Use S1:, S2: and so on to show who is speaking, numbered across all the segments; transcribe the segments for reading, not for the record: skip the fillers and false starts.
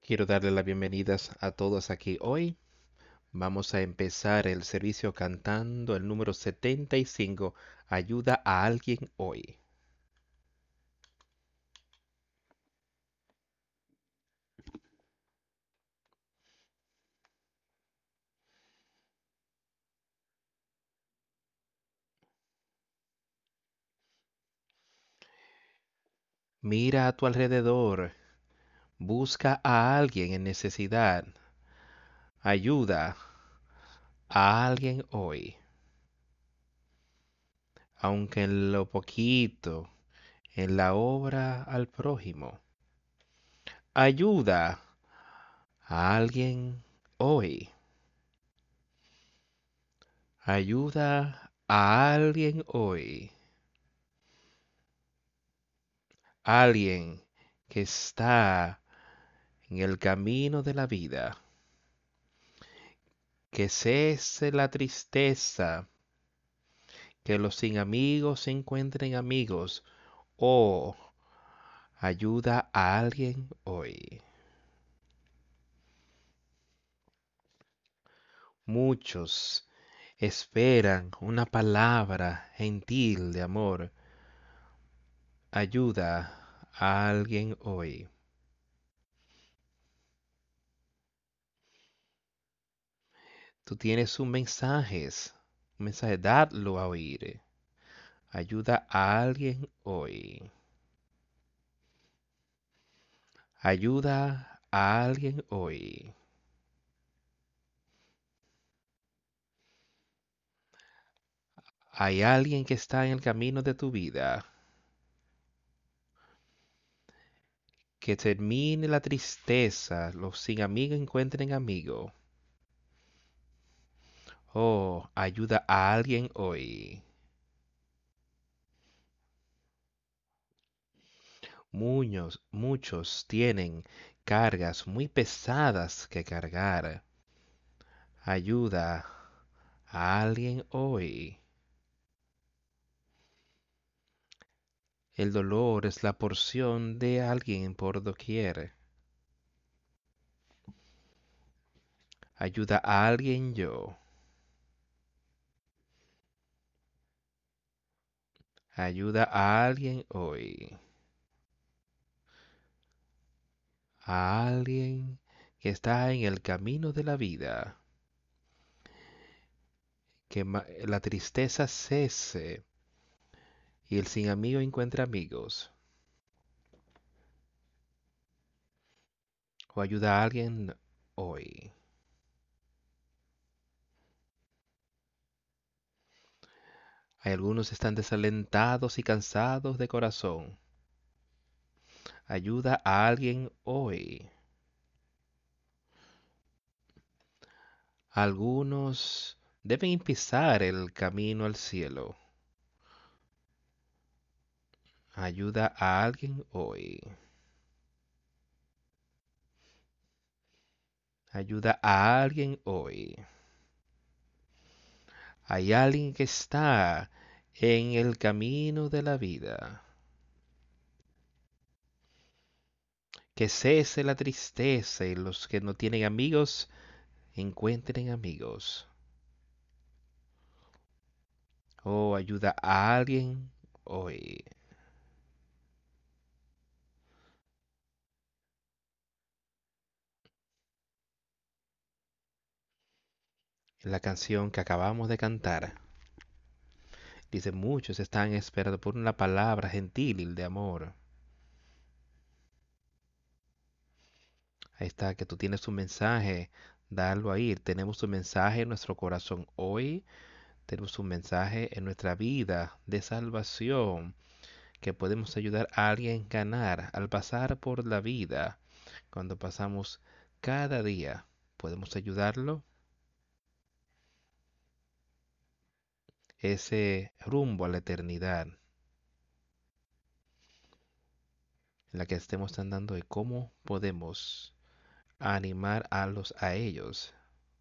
S1: Quiero darle las bienvenidas a todos aquí hoy. Vamos a empezar el servicio cantando el número 75. Ayuda a alguien hoy. Mira a tu alrededor. Busca a alguien en necesidad. Ayuda a alguien hoy. Aunque en lo poquito, en la obra al prójimo. Ayuda a alguien hoy. Ayuda a alguien hoy. Alguien que está en el camino de la vida, que cese la tristeza, que los sin amigos se encuentren amigos, o ayuda a alguien hoy. Muchos esperan una palabra gentil de amor. Ayuda a alguien hoy. Tú tienes un mensaje, dadlo a oír. Ayuda a alguien hoy. Ayuda a alguien hoy. Hay alguien que está en el camino de tu vida. Que termine la tristeza. Los sin amigos encuentren amigo. Oh, ayuda a alguien hoy. Muchos tienen cargas muy pesadas que cargar. Ayuda a alguien hoy. El dolor es la porción de alguien por doquier. Ayuda a alguien yo. Ayuda a alguien hoy. A alguien que está en el camino de la vida. Que la tristeza cese y el sin amigo encuentre amigos. O ayuda a alguien hoy. Hay algunos que están desalentados y cansados de corazón. Ayuda a alguien hoy. Algunos deben pisar el camino al cielo. Ayuda a alguien hoy. Ayuda a alguien hoy. Hay alguien que está en el camino de la vida. Que cese la tristeza y los que no tienen amigos encuentren amigos. Oh, ayuda a alguien hoy. La canción que acabamos de cantar dice: muchos están esperando por una palabra gentil de amor. Ahí está, que tú tienes un mensaje, darlo ahí. Tenemos un mensaje en nuestro corazón hoy. Tenemos un mensaje en nuestra vida de salvación, que podemos ayudar a alguien a ganar al pasar por la vida. Cuando pasamos cada día, podemos ayudarlo ese rumbo a la eternidad en la que estemos andando, y cómo podemos animar a ellos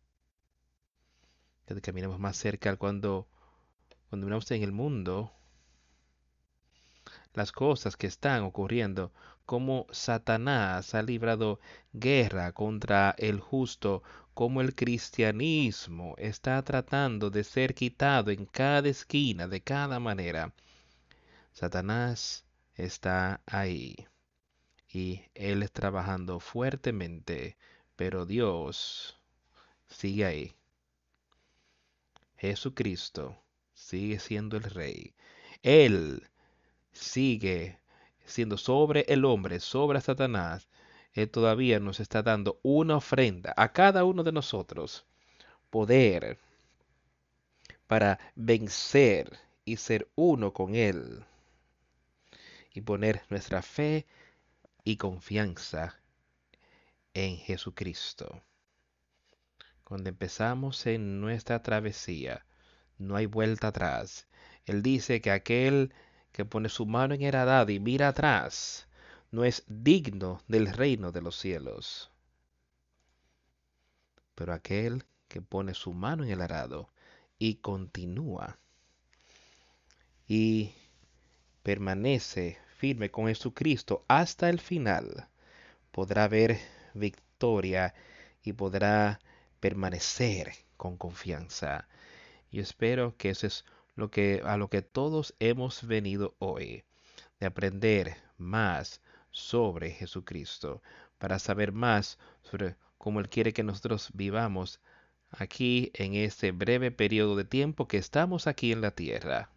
S1: que caminemos más cerca. Cuando miramos en el mundo, las cosas que están ocurriendo, cómo Satanás ha librado guerra contra el justo, cómo el cristianismo está tratando de ser quitado en cada esquina, de cada manera. Satanás está ahí y él es trabajando fuertemente, pero Dios sigue ahí. Jesucristo sigue siendo el Rey. Él sigue siendo sobre el hombre, sobre Satanás. Él todavía nos está dando una ofrenda a cada uno de nosotros, poder para vencer y ser uno con Él y poner nuestra fe y confianza en Jesucristo. Cuando empezamos en nuestra travesía, no hay vuelta atrás. Él dice que aquel que pone su mano en el arado y mira atrás, no es digno del reino de los cielos. Pero aquel que pone su mano en el arado y continúa y permanece firme con Jesucristo hasta el final, podrá ver victoria y podrá permanecer con confianza. Y espero que eso es a lo que todos hemos venido hoy, de aprender más sobre Jesucristo, para saber más sobre cómo Él quiere que nosotros vivamos aquí en este breve periodo de tiempo que estamos aquí en la tierra.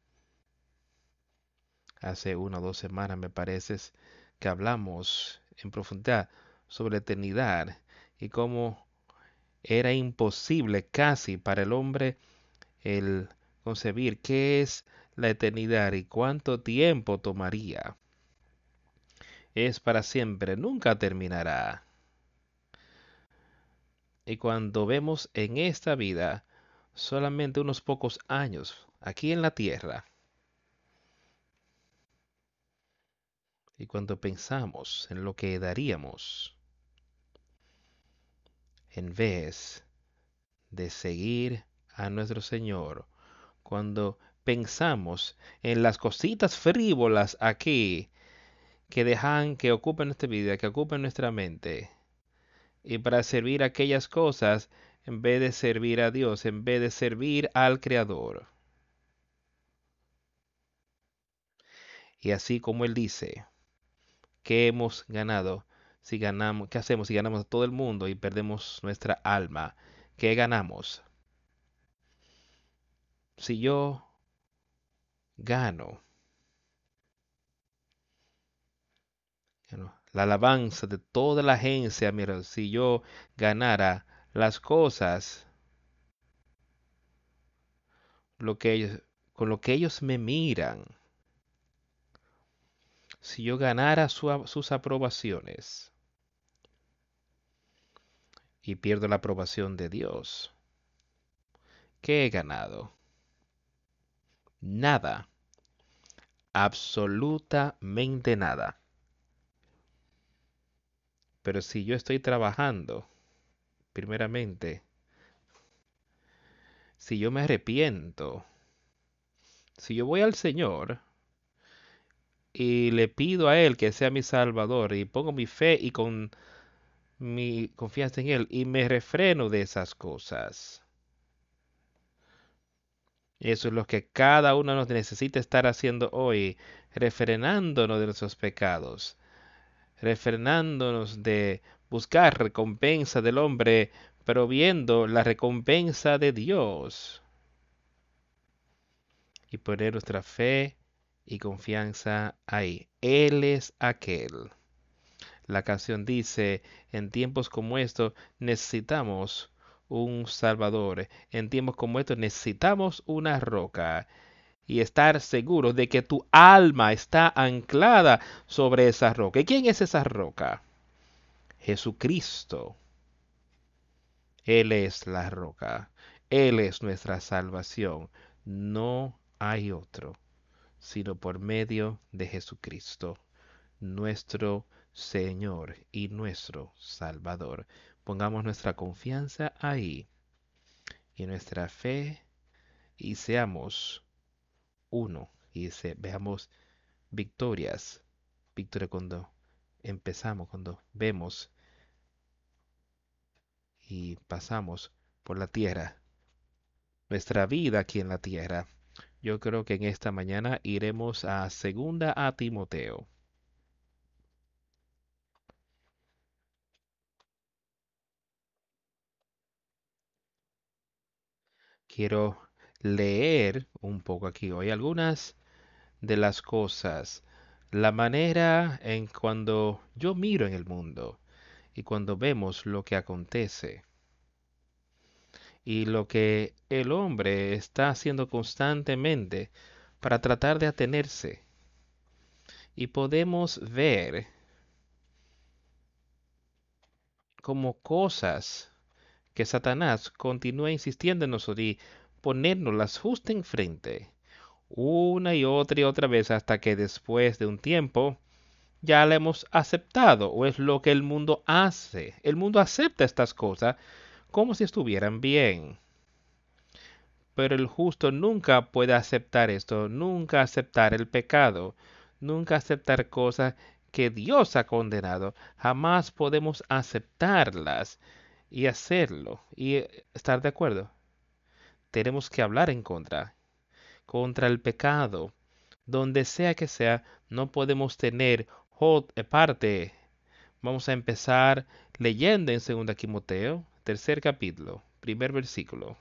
S1: Hace 1 o 2 semanas me parece que hablamos en profundidad sobre la eternidad y cómo era imposible casi para el hombre el concebir qué es la eternidad y cuánto tiempo tomaría. Es para siempre, nunca terminará. Y cuando vemos en esta vida solamente unos pocos años aquí en la tierra, y cuando pensamos en lo que daríamos en vez de seguir a nuestro Señor, cuando pensamos en las cositas frívolas aquí que dejan que ocupen nuestra vida, que ocupen nuestra mente, y para servir aquellas cosas en vez de servir a Dios, en vez de servir al Creador. Y así como Él dice, ¿qué hemos ganado si ganamos? ¿Qué hacemos si ganamos a todo el mundo y perdemos nuestra alma? ¿Qué ganamos? Si yo gano, la alabanza de toda la agencia, mira, si yo ganara las cosas, lo que ellos, con lo que ellos me miran, si yo ganara sus aprobaciones y pierdo la aprobación de Dios, ¿qué he ganado? Nada, absolutamente nada. Pero si yo estoy trabajando, primeramente, si yo me arrepiento, si yo voy al Señor y le pido a Él que sea mi Salvador y pongo mi fe y con mi confianza en Él y me refreno de esas cosas. Eso es lo que cada uno nos necesita estar haciendo hoy, refrenándonos de nuestros pecados, refrenándonos de buscar recompensa del hombre, pero viendo la recompensa de Dios y poner nuestra fe y confianza ahí. Él es aquel. La canción dice, en tiempos como estos necesitamos un Salvador. En tiempos como estos necesitamos una roca. Y estar seguro de que tu alma está anclada sobre esa roca. ¿Y quién es esa roca? Jesucristo. Él es la roca. Él es nuestra salvación. No hay otro, sino por medio de Jesucristo, nuestro Señor y nuestro Salvador. Pongamos nuestra confianza ahí y nuestra fe y seamos uno. Y veamos victorias. Victoria cuando empezamos, cuando vemos y pasamos por la tierra, nuestra vida aquí en la tierra. Yo creo que en esta mañana iremos a segunda a Timoteo. Quiero leer un poco aquí hoy algunas de las cosas, la manera en cuando yo miro en el mundo y cuando vemos lo que acontece y lo que el hombre está haciendo constantemente para tratar de atenerse. Y podemos ver como cosas que Satanás continúa insistiendo en nosotros y ponérnoslas justo enfrente, una y otra vez hasta que después de un tiempo ya la hemos aceptado o es lo que el mundo hace. El mundo acepta estas cosas como si estuvieran bien. Pero el justo nunca puede aceptar esto, nunca aceptar el pecado, nunca aceptar cosas que Dios ha condenado. Jamás podemos aceptarlas y hacerlo y estar de acuerdo. Tenemos que hablar en contra el pecado. Donde sea, no podemos tener parte. Vamos a empezar leyendo en 2 Timoteo, tercer capítulo, primer versículo.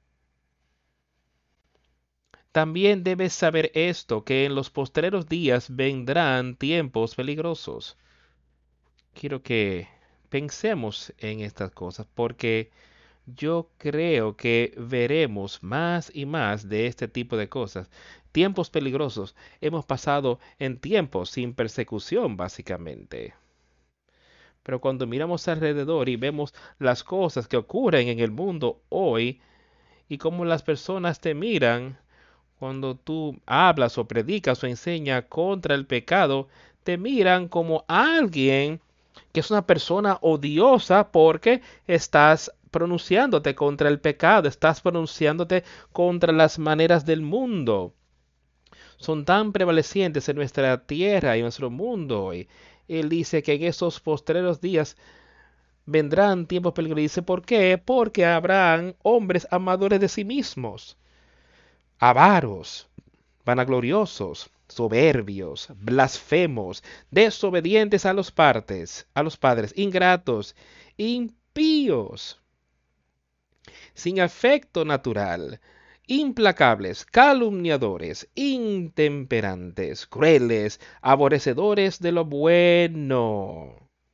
S1: También debes saber esto, que en los postreros días vendrán tiempos peligrosos. Quiero que pensemos en estas cosas porque yo creo que veremos más y más de este tipo de cosas. Tiempos peligrosos. Hemos pasado en tiempos sin persecución, básicamente. Pero cuando miramos alrededor y vemos las cosas que ocurren en el mundo hoy y cómo las personas te miran, cuando tú hablas o predicas o enseñas contra el pecado, te miran como alguien que es una persona odiosa porque estás pronunciándote contra el pecado, estás pronunciándote contra las maneras del mundo. Son tan prevalecientes en nuestra tierra y en nuestro mundo hoy. Él dice que en esos postreros días vendrán tiempos peligrosos. Dice, ¿por qué? Porque habrán hombres amadores de sí mismos, avaros, vanagloriosos, soberbios, blasfemos, desobedientes a los padres, ingratos, impíos, sin afecto natural, implacables, calumniadores, intemperantes, crueles, aborrecedores de lo bueno,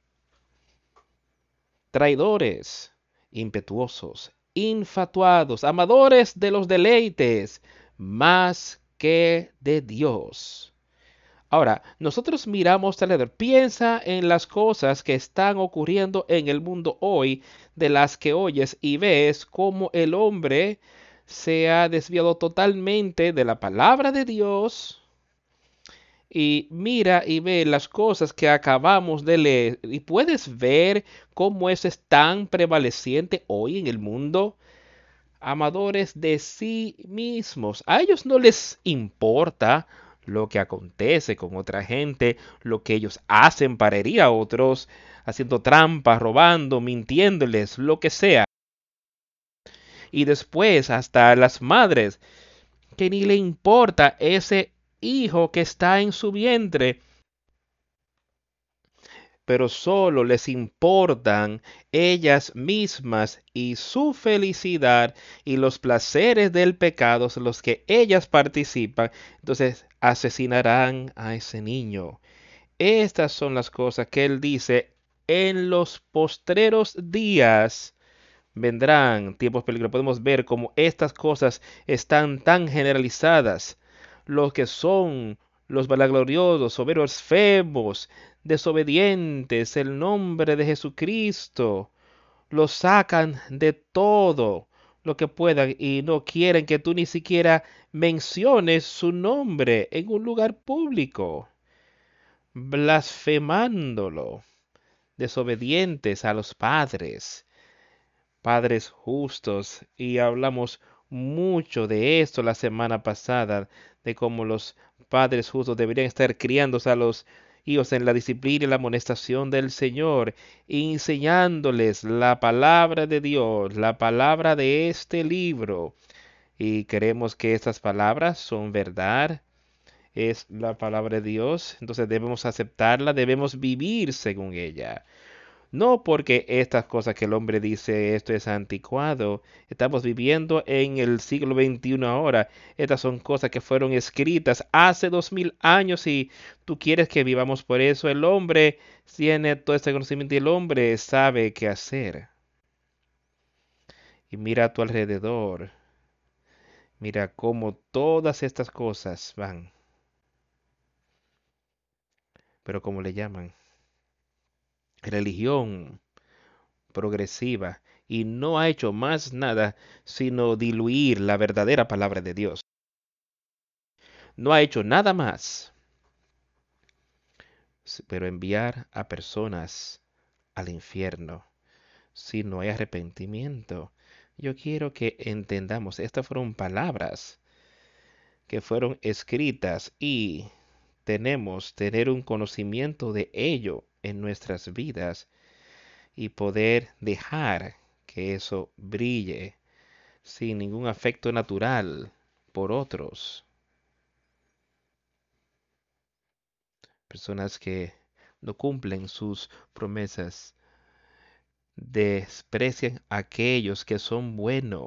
S1: traidores, impetuosos, infatuados, amadores de los deleites, más que de Dios. Ahora, nosotros miramos alrededor, piensa en las cosas que están ocurriendo en el mundo hoy, de las que oyes y ves cómo el hombre se ha desviado totalmente de la palabra de Dios y mira y ve las cosas que acabamos de leer y puedes ver cómo eso es tan prevaleciente hoy en el mundo. Amadores de sí mismos. A ellos no les importa lo que acontece con otra gente, lo que ellos hacen para herir a otros, haciendo trampas, robando, mintiéndoles, lo que sea. Y después hasta las madres, que ni le importa ese hijo que está en su vientre, pero solo les importan ellas mismas y su felicidad y los placeres del pecado son los que ellas participan. Entonces asesinarán a ese niño. Estas son las cosas que él dice. En los postreros días vendrán tiempos peligrosos. Podemos ver cómo estas cosas están tan generalizadas. Los que son los vanagloriosos, soberbios, femos, desobedientes, el nombre de Jesucristo, los sacan de todo lo que puedan y no quieren que tú ni siquiera menciones su nombre en un lugar público, blasfemándolo, desobedientes a los padres, padres justos, y hablamos mucho de esto la semana pasada, de cómo los padres justos deberían estar criando a los hijos en la disciplina y la amonestación del Señor, enseñándoles la palabra de Dios, la palabra de este libro. Y creemos que estas palabras son verdad, es la palabra de Dios, entonces debemos aceptarla, debemos vivir según ella. No porque estas cosas que el hombre dice, esto es anticuado. Estamos viviendo en el siglo XXI ahora. Estas son cosas que fueron escritas hace 2000 años y tú quieres que vivamos por eso. El hombre tiene todo este conocimiento y el hombre sabe qué hacer. Y mira a tu alrededor. Mira cómo todas estas cosas van. Pero como le llaman, religión progresiva. Y no ha hecho más nada sino diluir la verdadera palabra de Dios. No ha hecho nada más, pero enviar a personas al infierno si no hay arrepentimiento. Yo quiero que entendamos, estas fueron palabras que fueron escritas y tenemos tener un conocimiento de ello en nuestras vidas y poder dejar que eso brille sin ningún afecto natural por otros. Personas que no cumplen sus promesas, desprecian a aquellos que son buenos,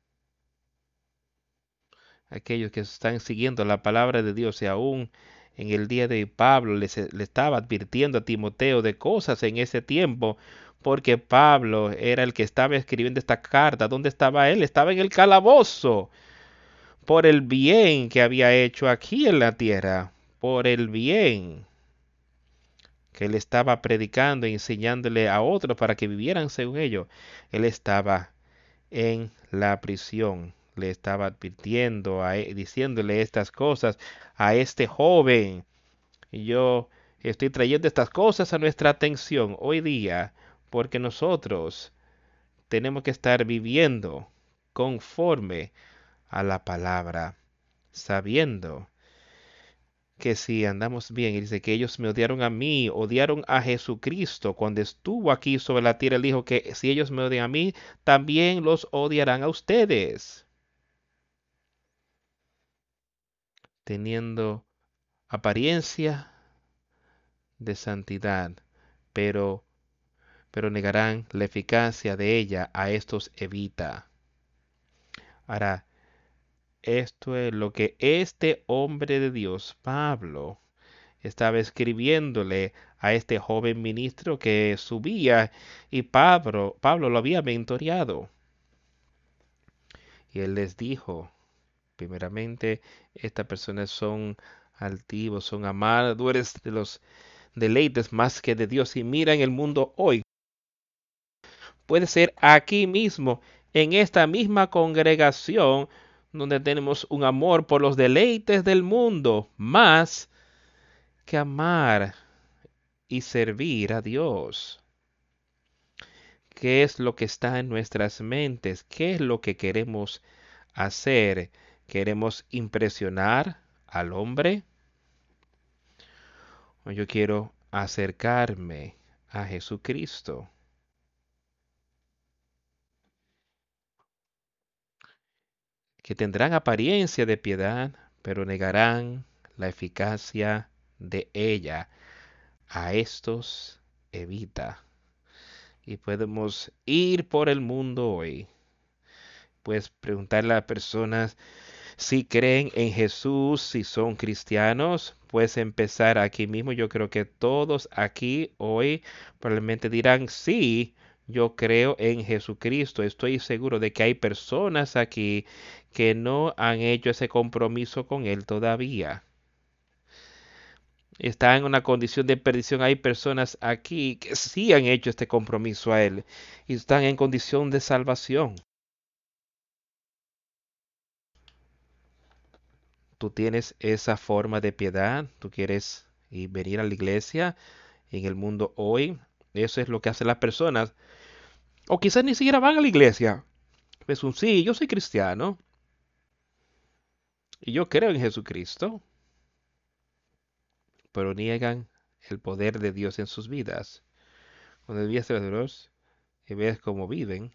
S1: aquellos que están siguiendo la palabra de Dios. Y aún en el día de hoy Pablo le estaba advirtiendo a Timoteo de cosas en ese tiempo, porque Pablo era el que estaba escribiendo esta carta. ¿Dónde estaba él? Estaba en el calabozo por el bien que había hecho aquí en la tierra, por el bien que él estaba predicando y enseñándole a otros para que vivieran según ello. Él estaba en la prisión, le estaba advirtiendo, diciéndole estas cosas a este joven. Y yo estoy trayendo estas cosas a nuestra atención hoy día porque nosotros tenemos que estar viviendo conforme a la palabra, sabiendo que si andamos bien, y dice que ellos me odiaron a mí, odiaron a Jesucristo cuando estuvo aquí sobre la tierra. Él dijo que si ellos me odian a mí, también los odiarán a ustedes, teniendo apariencia de santidad, pero, pero negarán la eficacia de ella. A estos evita. Ahora, esto es lo que este hombre de Dios, Pablo, estaba escribiéndole a este joven ministro que subía y Pablo lo había mentoreado. Y él les dijo, primeramente, estas personas son altivos, son amadores de los deleites más que de Dios. Y mira en el mundo hoy, puede ser aquí mismo, en esta misma congregación, donde tenemos un amor por los deleites del mundo, más que amar y servir a Dios. ¿Qué es lo que está en nuestras mentes? ¿Qué es lo que queremos hacer? ¿Queremos impresionar al hombre? ¿O yo quiero acercarme a Jesucristo? Que tendrán apariencia de piedad, pero negarán la eficacia de ella. A estos evita. Y podemos ir por el mundo hoy. Puedes preguntarle a personas si creen en Jesús, si son cristianos. Puedes empezar aquí mismo. Yo creo que todos aquí hoy probablemente dirán, sí, yo creo en Jesucristo. Estoy seguro de que hay personas aquí que no han hecho ese compromiso con Él todavía. Está en una condición de perdición. Hay personas aquí que sí han hecho este compromiso a Él y están en condición de salvación. Tú tienes esa forma de piedad, tú quieres venir a la iglesia en el mundo hoy. Eso es lo que hacen las personas. O quizás ni siquiera van a la iglesia. Es un sí, yo soy cristiano. Y yo creo en Jesucristo, pero niegan el poder de Dios en sus vidas. Cuando debías de Dios y ves cómo viven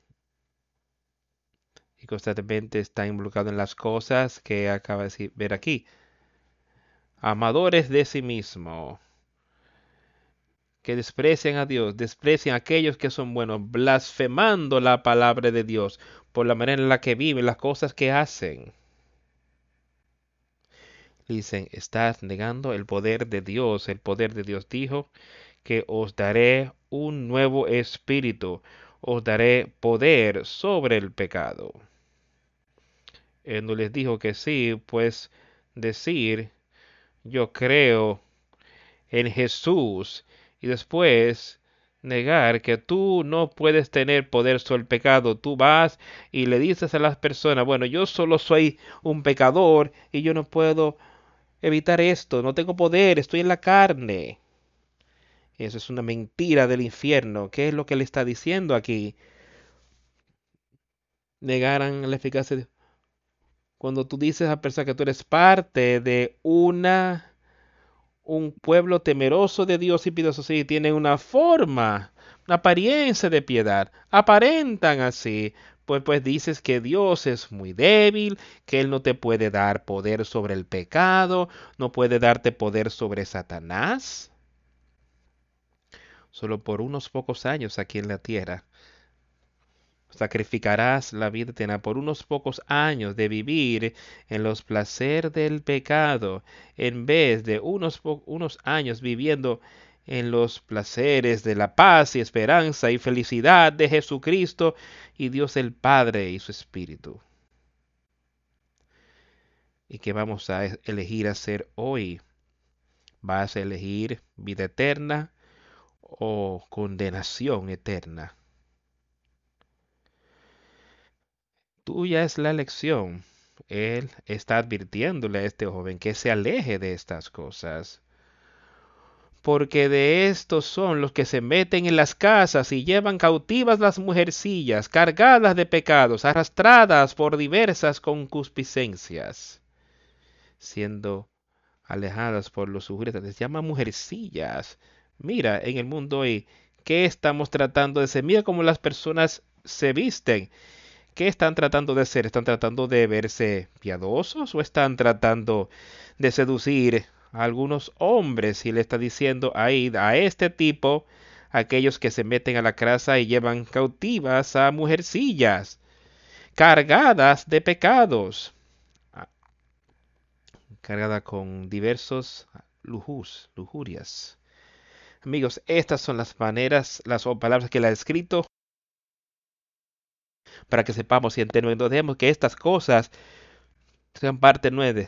S1: y constantemente están involucrados en las cosas que acaba de ver aquí. Amadores de sí mismo, que desprecian a Dios, desprecian a aquellos que son buenos, blasfemando la palabra de Dios por la manera en la que viven, las cosas que hacen. Dicen, estás negando el poder de Dios. El poder de Dios dijo que os daré un nuevo espíritu, os daré poder sobre el pecado. Él no les dijo que sí, pues decir, yo creo en Jesús y después negar que tú no puedes tener poder sobre el pecado. Tú vas y le dices a las personas, bueno, yo solo soy un pecador y yo no puedo evitar esto, no tengo poder, estoy en la carne. Eso es una mentira del infierno. ¿Qué es lo que le está diciendo aquí? Negaran la eficacia de... Cuando tú dices a personas que tú eres parte de un pueblo temeroso de Dios y piadoso, sí, tienen una forma, una apariencia de piedad, aparentan así, pues dices que Dios es muy débil, que Él no te puede dar poder sobre el pecado, no puede darte poder sobre Satanás, solo por unos pocos años aquí en la tierra. Sacrificarás la vida eterna por unos pocos años de vivir en los placeres del pecado, en vez de unos años viviendo en los placeres de la paz y esperanza y felicidad de Jesucristo y Dios el Padre y su Espíritu. ¿Y qué vamos a elegir hacer hoy? ¿Vas a elegir vida eterna o condenación eterna? Tuya es la elección. Él está advirtiéndole a este joven que se aleje de estas cosas, porque de estos son los que se meten en las casas y llevan cautivas las mujercillas, cargadas de pecados, arrastradas por diversas concupiscencias, siendo alejadas por los sugieres. Les llama mujercillas. Mira, en el mundo hoy, ¿qué estamos tratando de ser? Mira cómo las personas se visten. ¿Qué están tratando de hacer? ¿Están tratando de verse piadosos o están tratando de seducir a algunos hombres? Y le está diciendo ahí a este tipo, aquellos que se meten a la casa y llevan cautivas a mujercillas, cargadas de pecados, ah, cargada con diversos lujurias. Amigos, estas son las maneras, las palabras que le ha escrito para que sepamos y entendemos que estas cosas sean parte nueve.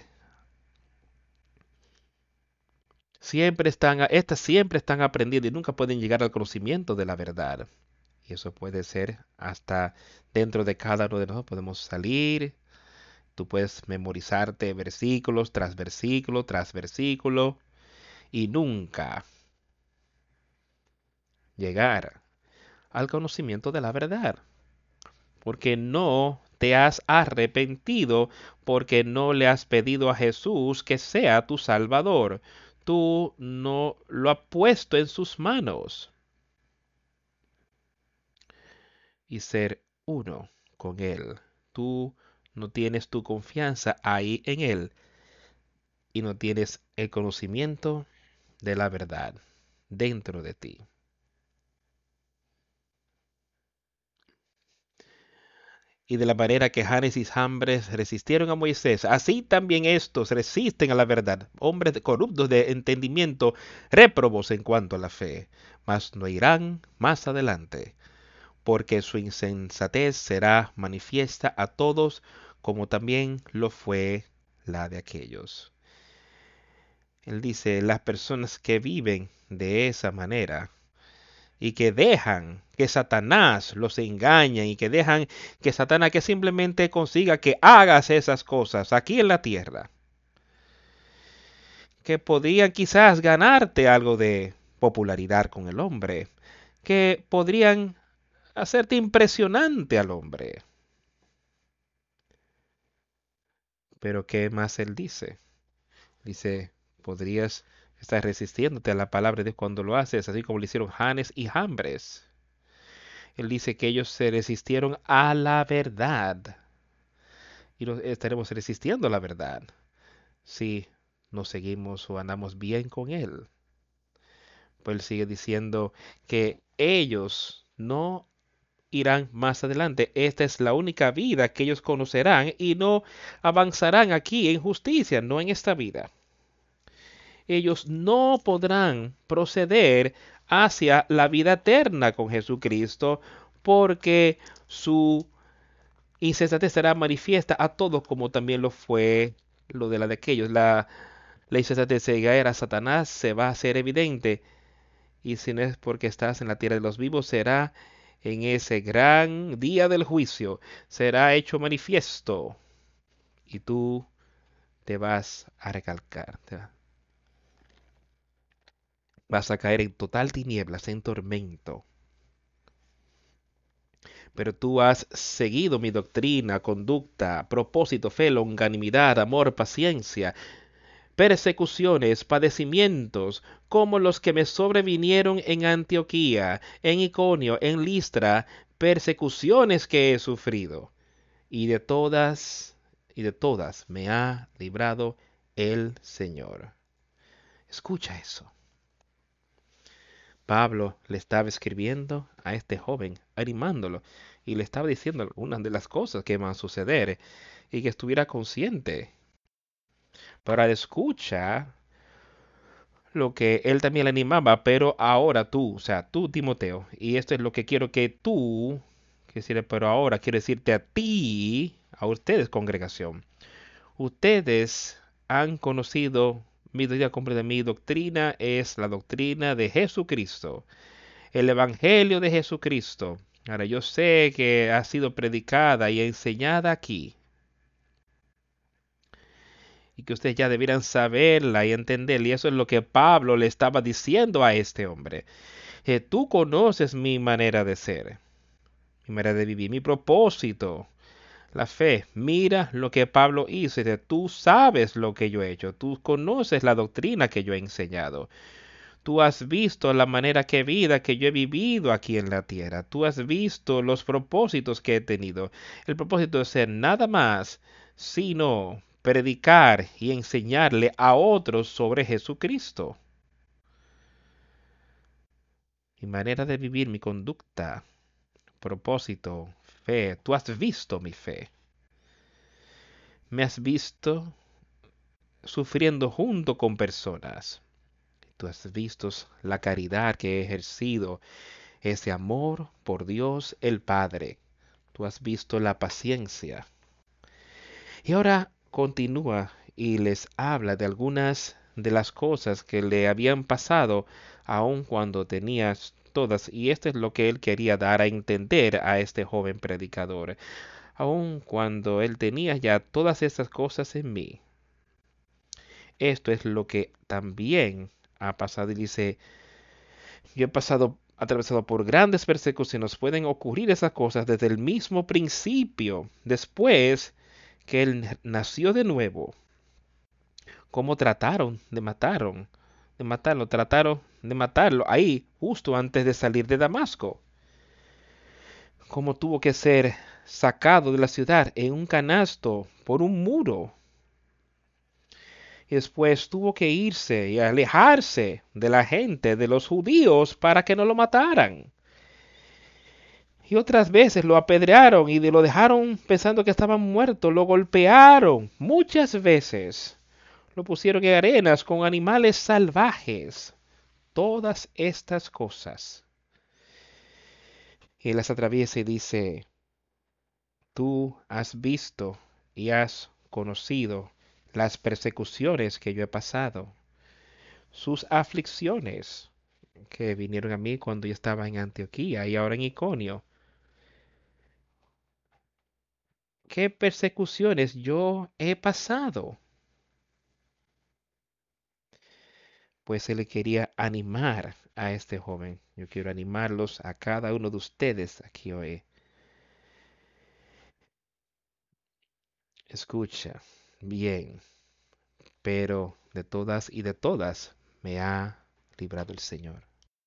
S1: Estas siempre están aprendiendo y nunca pueden llegar al conocimiento de la verdad. Y eso puede ser hasta dentro de cada uno de nosotros. Podemos salir, tú puedes memorizarte versículos tras versículo tras versículo y nunca llegar al conocimiento de la verdad. Porque no te has arrepentido, porque no le has pedido a Jesús que sea tu Salvador. Tú no lo has puesto en sus manos. Y ser uno con Él. Tú no tienes tu confianza ahí en Él y no tienes el conocimiento de la verdad dentro de ti. Y de la manera que Janes y Jambres resistieron a Moisés, así también estos resisten a la verdad, hombres corruptos de entendimiento, réprobos en cuanto a la fe, mas no irán más adelante, porque su insensatez será manifiesta a todos, como también lo fue la de aquellos. Él dice, las personas que viven de esa manera y que dejan que Satanás los engañe y que dejan que Satanás que simplemente consiga que hagas esas cosas aquí en la tierra, que podrían quizás ganarte algo de popularidad con el hombre, que podrían hacerte impresionante al hombre. Pero ¿qué más él dice? Dice, podrías estar resistiéndote a la palabra de Dios cuando lo haces, así como lo hicieron Janes y Jambres. Él dice que ellos se resistieron a la verdad y nos estaremos resistiendo a la verdad si nos seguimos o andamos bien con Él. Pues él sigue diciendo que ellos no irán más adelante. Esta es la única vida que ellos conocerán y no avanzarán aquí en justicia, no en esta vida. Ellos no podrán proceder hacia la vida eterna con Jesucristo porque su insensatez será manifiesta a todos como también lo fue lo de la de aquellos. La insensatez ciega era Satanás se va a hacer evidente y si no es porque estás en la tierra de los vivos será en ese gran día del juicio, será hecho manifiesto y tú te vas a recalcar. Vas a caer en total tinieblas, en tormento. Pero tú has seguido mi doctrina, conducta, propósito, fe, longanimidad, amor, paciencia, persecuciones, padecimientos, como los que me sobrevinieron en Antioquía, en Iconio, en Listra, persecuciones que he sufrido. Y de todas me ha librado el Señor. Escucha eso. Pablo le estaba escribiendo a este joven, animándolo, y le estaba diciendo algunas de las cosas que van a suceder y que estuviera consciente. Para escucha lo que él también le animaba, pero ahora tú, o sea, tú, Timoteo, y esto es lo que quiero que tú, que decir, pero ahora quiero decirte a ti, a ustedes, congregación, ustedes han conocido mi doctrina completa. Mi doctrina es la doctrina de Jesucristo, el Evangelio de Jesucristo. Ahora, yo sé que ha sido predicada y enseñada aquí, y que ustedes ya debieran saberla y entenderla, y eso es lo que Pablo le estaba diciendo a este hombre. Tú conoces mi manera de ser, mi manera de vivir, mi propósito, la fe. Mira lo que Pablo hizo. Dice, tú sabes lo que yo he hecho, tú conoces la doctrina que yo he enseñado. Tú has visto la manera que vida que yo he vivido aquí en la tierra. Tú has visto los propósitos que he tenido. El propósito de ser nada más sino predicar y enseñarle a otros sobre Jesucristo. Mi manera de vivir, mi conducta, propósito, fe. Tú has visto mi fe. Me has visto sufriendo junto con personas. Tú has visto la caridad que he ejercido, ese amor por Dios el Padre. Tú has visto la paciencia. Y ahora continúa y les habla de algunas de las cosas que le habían pasado aun cuando tenías todas. Y esto es lo que él quería dar a entender a este joven predicador. Aun cuando él tenía ya todas estas cosas en mí. Esto es lo que también ha pasado. Y dice, yo he pasado, atravesado por grandes persecuciones. Pueden ocurrir esas cosas desde el mismo principio. Después que él nació de nuevo, cómo trataron de matarlo ahí, justo antes de salir de Damasco, cómo tuvo que ser sacado de la ciudad en un canasto por un muro, y después tuvo que irse y alejarse de la gente, de los judíos, para que no lo mataran. Y otras veces lo apedrearon y lo dejaron pensando que estaba muerto, lo golpearon muchas veces. Lo pusieron en arenas con animales salvajes. Todas estas cosas. Y las atraviesa y dice, tú has visto y has conocido las persecuciones que yo he pasado, sus aflicciones que vinieron a mí cuando yo estaba en Antioquía y ahora en Iconio. ¿Qué persecuciones yo he pasado? Pues él le quería animar a este joven. Yo quiero animarlos a cada uno de ustedes aquí hoy. Escucha. bien, pero de todas y de todas me ha librado el Señor.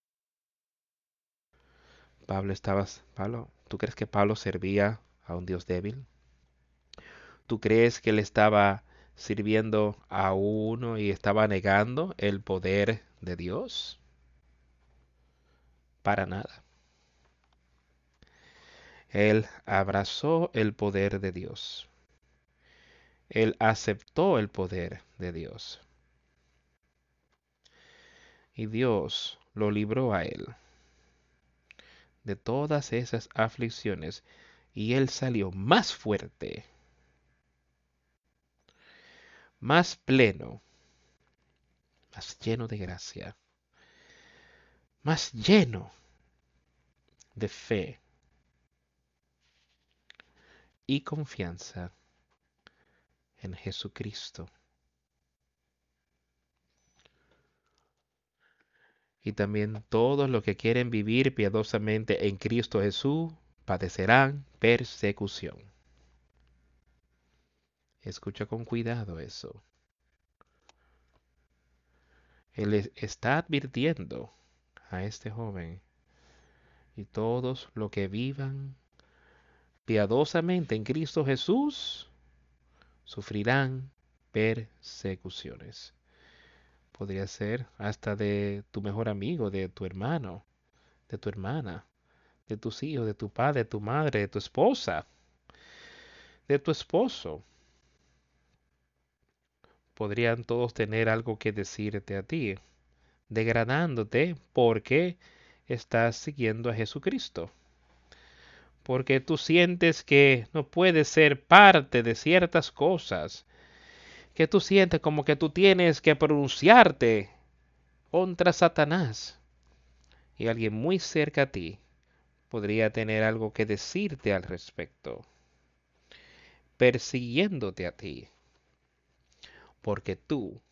S1: Pablo, ¿tú crees que Pablo servía a un Dios débil? ¿Tú crees que él estaba sirviendo a uno y estaba negando el poder de Dios? Para nada. Él abrazó el poder de Dios. Él aceptó el poder de Dios. Y Dios lo libró a él de todas esas aflicciones. Y él salió más fuerte, más pleno, más lleno de gracia, más lleno de fe y confianza en Jesucristo. Y también todos los que quieren vivir piadosamente en Cristo Jesús padecerán persecución. Escucha con cuidado eso. Él está advirtiendo a este joven y todos los que vivan piadosamente en Cristo Jesús sufrirán persecuciones. Podría ser hasta de tu mejor amigo, de tu hermano, de tu hermana, de tus hijos, de tu padre, de tu madre, de tu esposa, de tu esposo. Podrían todos tener algo que decirte a ti, degradándote porque estás siguiendo a Jesucristo. Porque tú sientes que no puedes ser parte de ciertas cosas, que tú sientes como que tú tienes que pronunciarte contra Satanás. Y alguien muy cerca a ti podría tener algo que decirte al respecto, persiguiéndote a ti, porque tú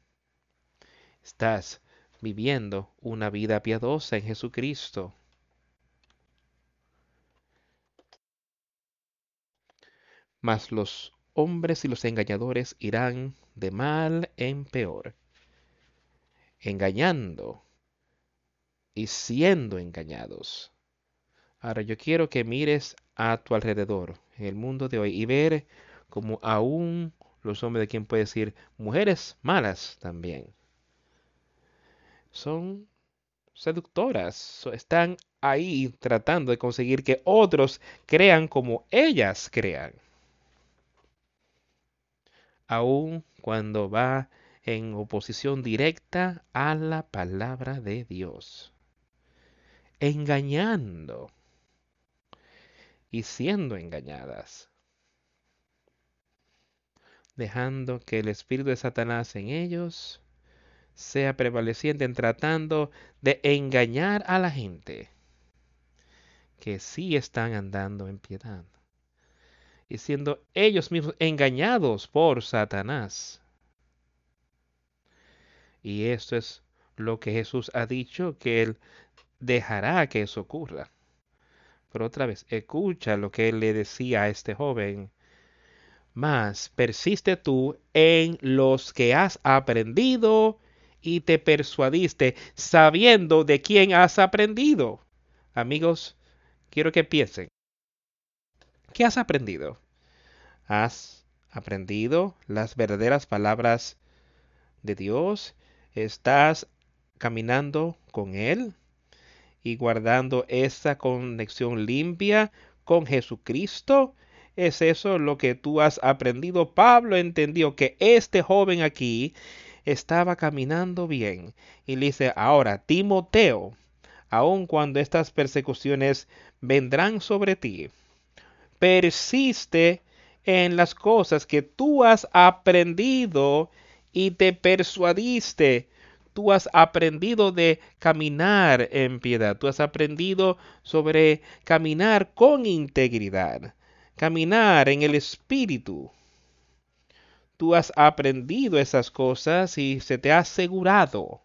S1: estás viviendo una vida piadosa en Jesucristo. Mas los hombres y los engañadores irán de mal en peor, engañando y siendo engañados. Ahora yo quiero que mires a tu alrededor, en el mundo de hoy, y ver como aún los hombres, de quien puede decir mujeres malas también, son seductoras, están ahí tratando de conseguir que otros crean como ellas crean, aun cuando va en oposición directa a la palabra de Dios, engañando y siendo engañadas, dejando que el espíritu de Satanás en ellos sea prevaleciente en tratando de engañar a la gente que sí están andando en piedad y siendo ellos mismos engañados por Satanás. Y esto es lo que Jesús ha dicho, que Él dejará que eso ocurra. Pero otra vez, escucha lo que Él le decía a este joven. Mas persiste tú en los que has aprendido y te persuadiste, sabiendo de quién has aprendido. Amigos, quiero que piensen. ¿Qué has aprendido? ¿Has aprendido las verdaderas palabras de Dios? ¿Estás caminando con Él y guardando esa conexión limpia con Jesucristo? ¿Es eso lo que tú has aprendido? Pablo entendió que este joven aquí estaba caminando bien y le dice, ahora, Timoteo, aun cuando estas persecuciones vendrán sobre ti, persiste en las cosas que tú has aprendido y te persuadiste. Tú has aprendido de caminar en piedad. Tú has aprendido sobre caminar con integridad. Caminar en el Espíritu. Tú has aprendido esas cosas y se te ha asegurado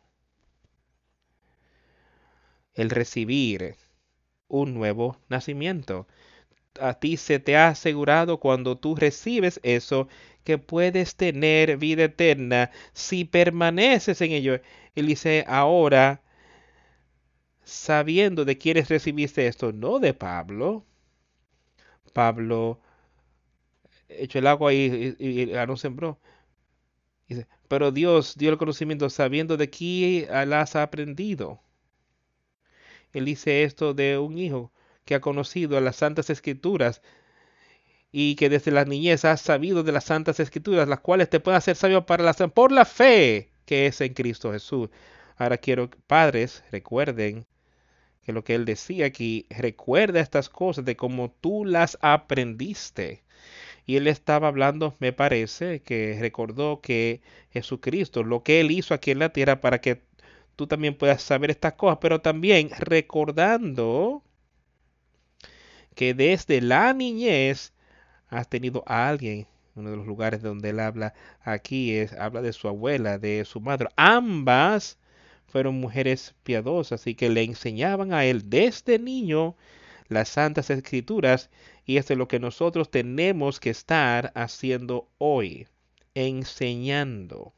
S1: el recibir un nuevo nacimiento. a ti se te ha asegurado cuando tú recibes eso, que puedes tener vida eterna si permaneces en ello. Él dice, ahora, sabiendo de quiénes recibiste esto, no de Pablo. Pablo echó el agua y no sembró. Dice, pero Dios dio el conocimiento sabiendo de quién las ha aprendido. Él dice esto de un hijo que ha conocido a las santas escrituras y que desde la niñez has sabido de las santas escrituras, las cuales te pueden hacer sabio para por la fe que es en Cristo Jesús. Ahora quiero que padres recuerden que lo que él decía aquí, recuerda estas cosas de cómo tú las aprendiste. Y él estaba hablando, me parece, que recordó que Jesucristo, lo que él hizo aquí en la tierra para que tú también puedas saber estas cosas, pero también recordando que desde la niñez has tenido a alguien, uno de los lugares donde él habla aquí habla de su abuela, de su madre. Ambas fueron mujeres piadosas y que le enseñaban a él desde niño las santas escrituras, y esto es lo que nosotros tenemos que estar haciendo hoy, enseñando.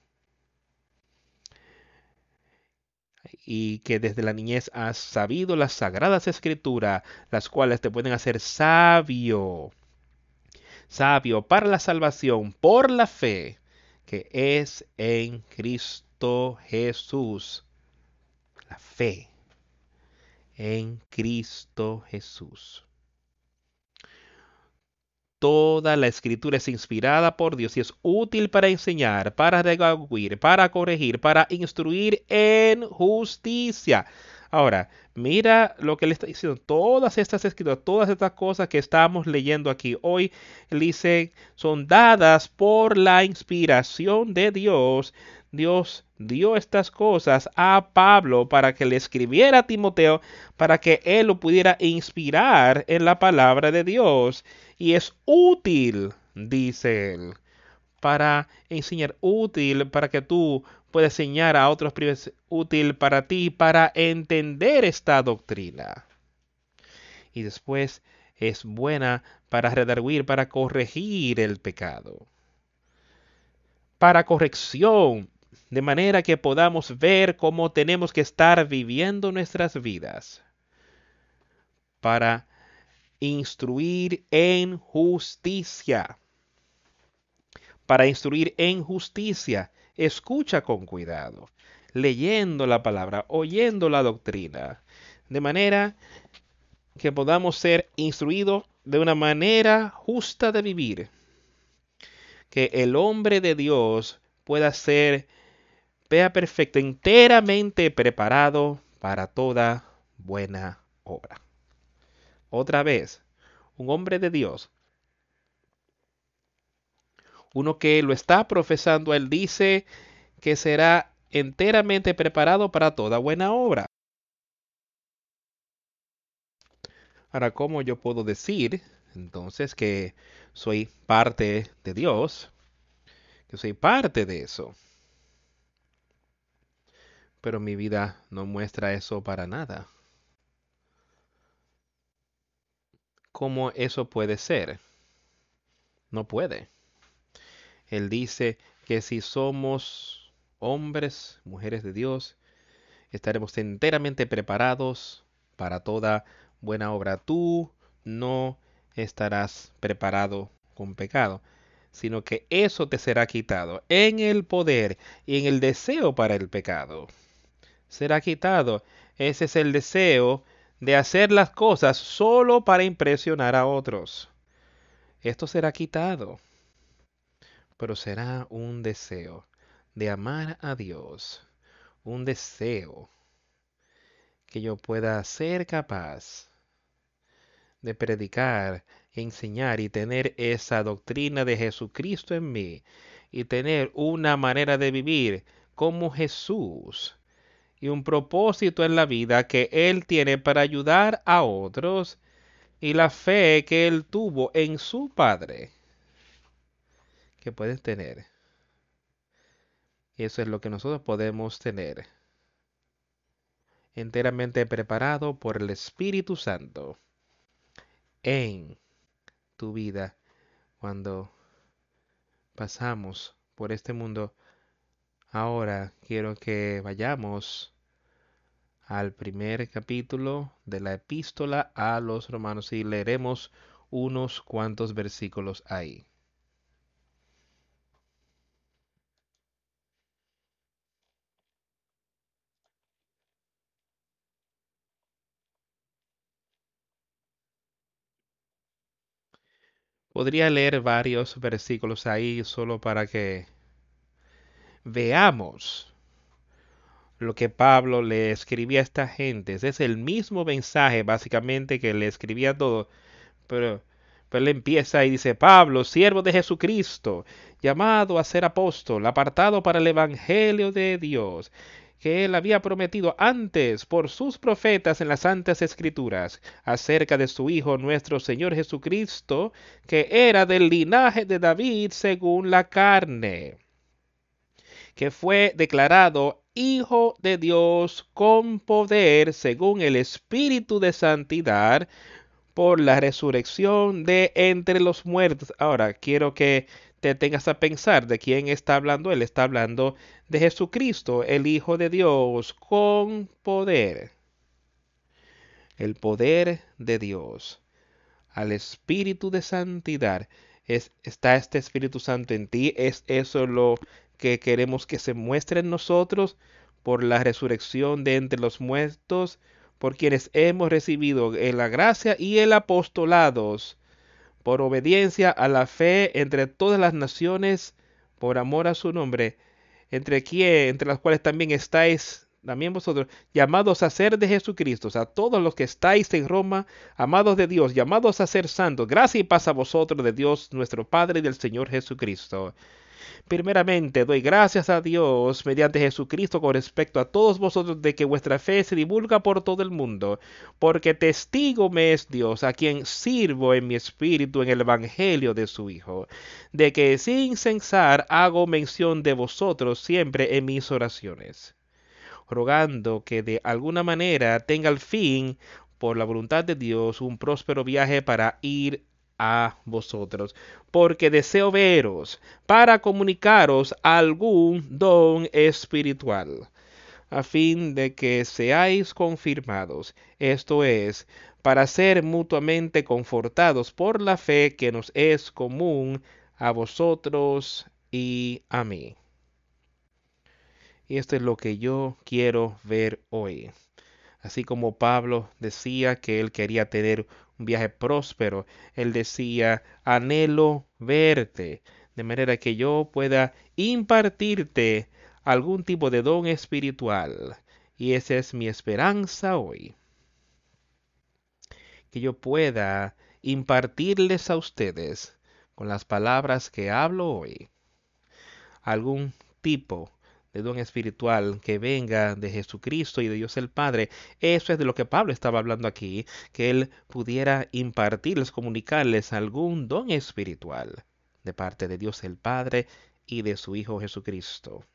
S1: Y que desde la niñez has sabido las sagradas escrituras, las cuales te pueden hacer sabio, sabio para la salvación por la fe que es en Cristo Jesús. La fe en Cristo Jesús. Toda la escritura es inspirada por Dios y es útil para enseñar, para redarguir, para corregir, para instruir en justicia. Ahora, mira lo que le está diciendo. Todas estas escrituras, todas estas cosas que estamos leyendo aquí hoy, él dice, son dadas por la inspiración de Dios. Dios dio estas cosas a Pablo para que le escribiera a Timoteo, para que él lo pudiera inspirar en la palabra de Dios. Y es útil, dice él, para enseñar, útil para que tú puedas enseñar a otros, útil para ti, para entender esta doctrina. Y después es buena para redarguir, para corregir el pecado, para corrección, de manera que podamos ver cómo tenemos que estar viviendo nuestras vidas, para instruir en justicia. Para instruir en justicia. Escucha con cuidado, leyendo la palabra, oyendo la doctrina, de manera que podamos ser instruidos de una manera justa de vivir, que el hombre de Dios pueda ser, vea perfecto, enteramente preparado para toda buena obra. Otra vez, un hombre de Dios, uno que lo está profesando, él dice que será enteramente preparado para toda buena obra. Ahora, ¿cómo yo puedo decir entonces que soy parte de Dios? Que soy parte de eso. Pero mi vida no muestra eso para nada. ¿Cómo eso puede ser? No puede. Él dice que si somos hombres, mujeres de Dios, estaremos enteramente preparados para toda buena obra. Tú no estarás preparado con pecado, sino que eso te será quitado en el poder y en el deseo para el pecado. Será quitado. Ese es el deseo de hacer las cosas solo para impresionar a otros. Esto será quitado, pero será un deseo de amar a Dios, un deseo que yo pueda ser capaz de predicar, enseñar y tener esa doctrina de Jesucristo en mí y tener una manera de vivir como Jesús y un propósito en la vida que Él tiene para ayudar a otros y la fe que Él tuvo en su Padre que puedes tener. Y eso es lo que nosotros podemos tener enteramente preparado por el Espíritu Santo en tu vida cuando pasamos por este mundo. Ahora quiero que vayamos al primer capítulo de la epístola a los romanos y leeremos unos cuantos versículos ahí. Podría leer varios versículos ahí solo para que veamos lo que Pablo le escribía a esta gente. Es el mismo mensaje básicamente que le escribía a todos, pero, pero él empieza y dice, Pablo, siervo de Jesucristo, llamado a ser apóstol, apartado para el Evangelio de Dios, que él había prometido antes por sus profetas en las Santas Escrituras, acerca de su Hijo nuestro Señor Jesucristo, que era del linaje de David según la carne, que fue declarado Hijo de Dios con poder según el Espíritu de Santidad, por la resurrección de entre los muertos. Ahora, quiero que te tengas a pensar de quién está hablando. Él está hablando de Jesucristo, el Hijo de Dios, con poder. El poder de Dios. Al Espíritu de Santidad. Está este Espíritu Santo en ti. Es eso lo que queremos que se muestre en nosotros por la resurrección de entre los muertos, por quienes hemos recibido la gracia y el apostolados, por obediencia a la fe entre todas las naciones, por amor a su nombre, entre las cuales también estáis, también vosotros, llamados a ser de Jesucristo, o sea, todos los que estáis en Roma, amados de Dios, llamados a ser santos, gracia y paz a vosotros de Dios nuestro Padre y del Señor Jesucristo. Primeramente, doy gracias a Dios mediante Jesucristo con respecto a todos vosotros de que vuestra fe se divulga por todo el mundo, porque testigo me es Dios, a quien sirvo en mi espíritu en el Evangelio de su Hijo, de que sin cesar hago mención de vosotros siempre en mis oraciones, rogando que de alguna manera tenga al fin, por la voluntad de Dios, un próspero viaje para ir a vosotros, porque deseo veros para comunicaros algún don espiritual, a fin de que seáis confirmados, esto es, para ser mutuamente confortados por la fe que nos es común a vosotros y a mí. Y esto es lo que yo quiero ver hoy. Así como Pablo decía que él quería tener un viaje próspero, él decía, anhelo verte, de manera que yo pueda impartirte algún tipo de don espiritual. Y esa es mi esperanza hoy, que yo pueda impartirles a ustedes, con las palabras que hablo hoy, algún tipo de don espiritual que venga de Jesucristo y de Dios el Padre. Eso es de lo que Pablo estaba hablando aquí, que él pudiera impartirles, comunicarles algún don espiritual de parte de Dios el Padre y de su Hijo Jesucristo.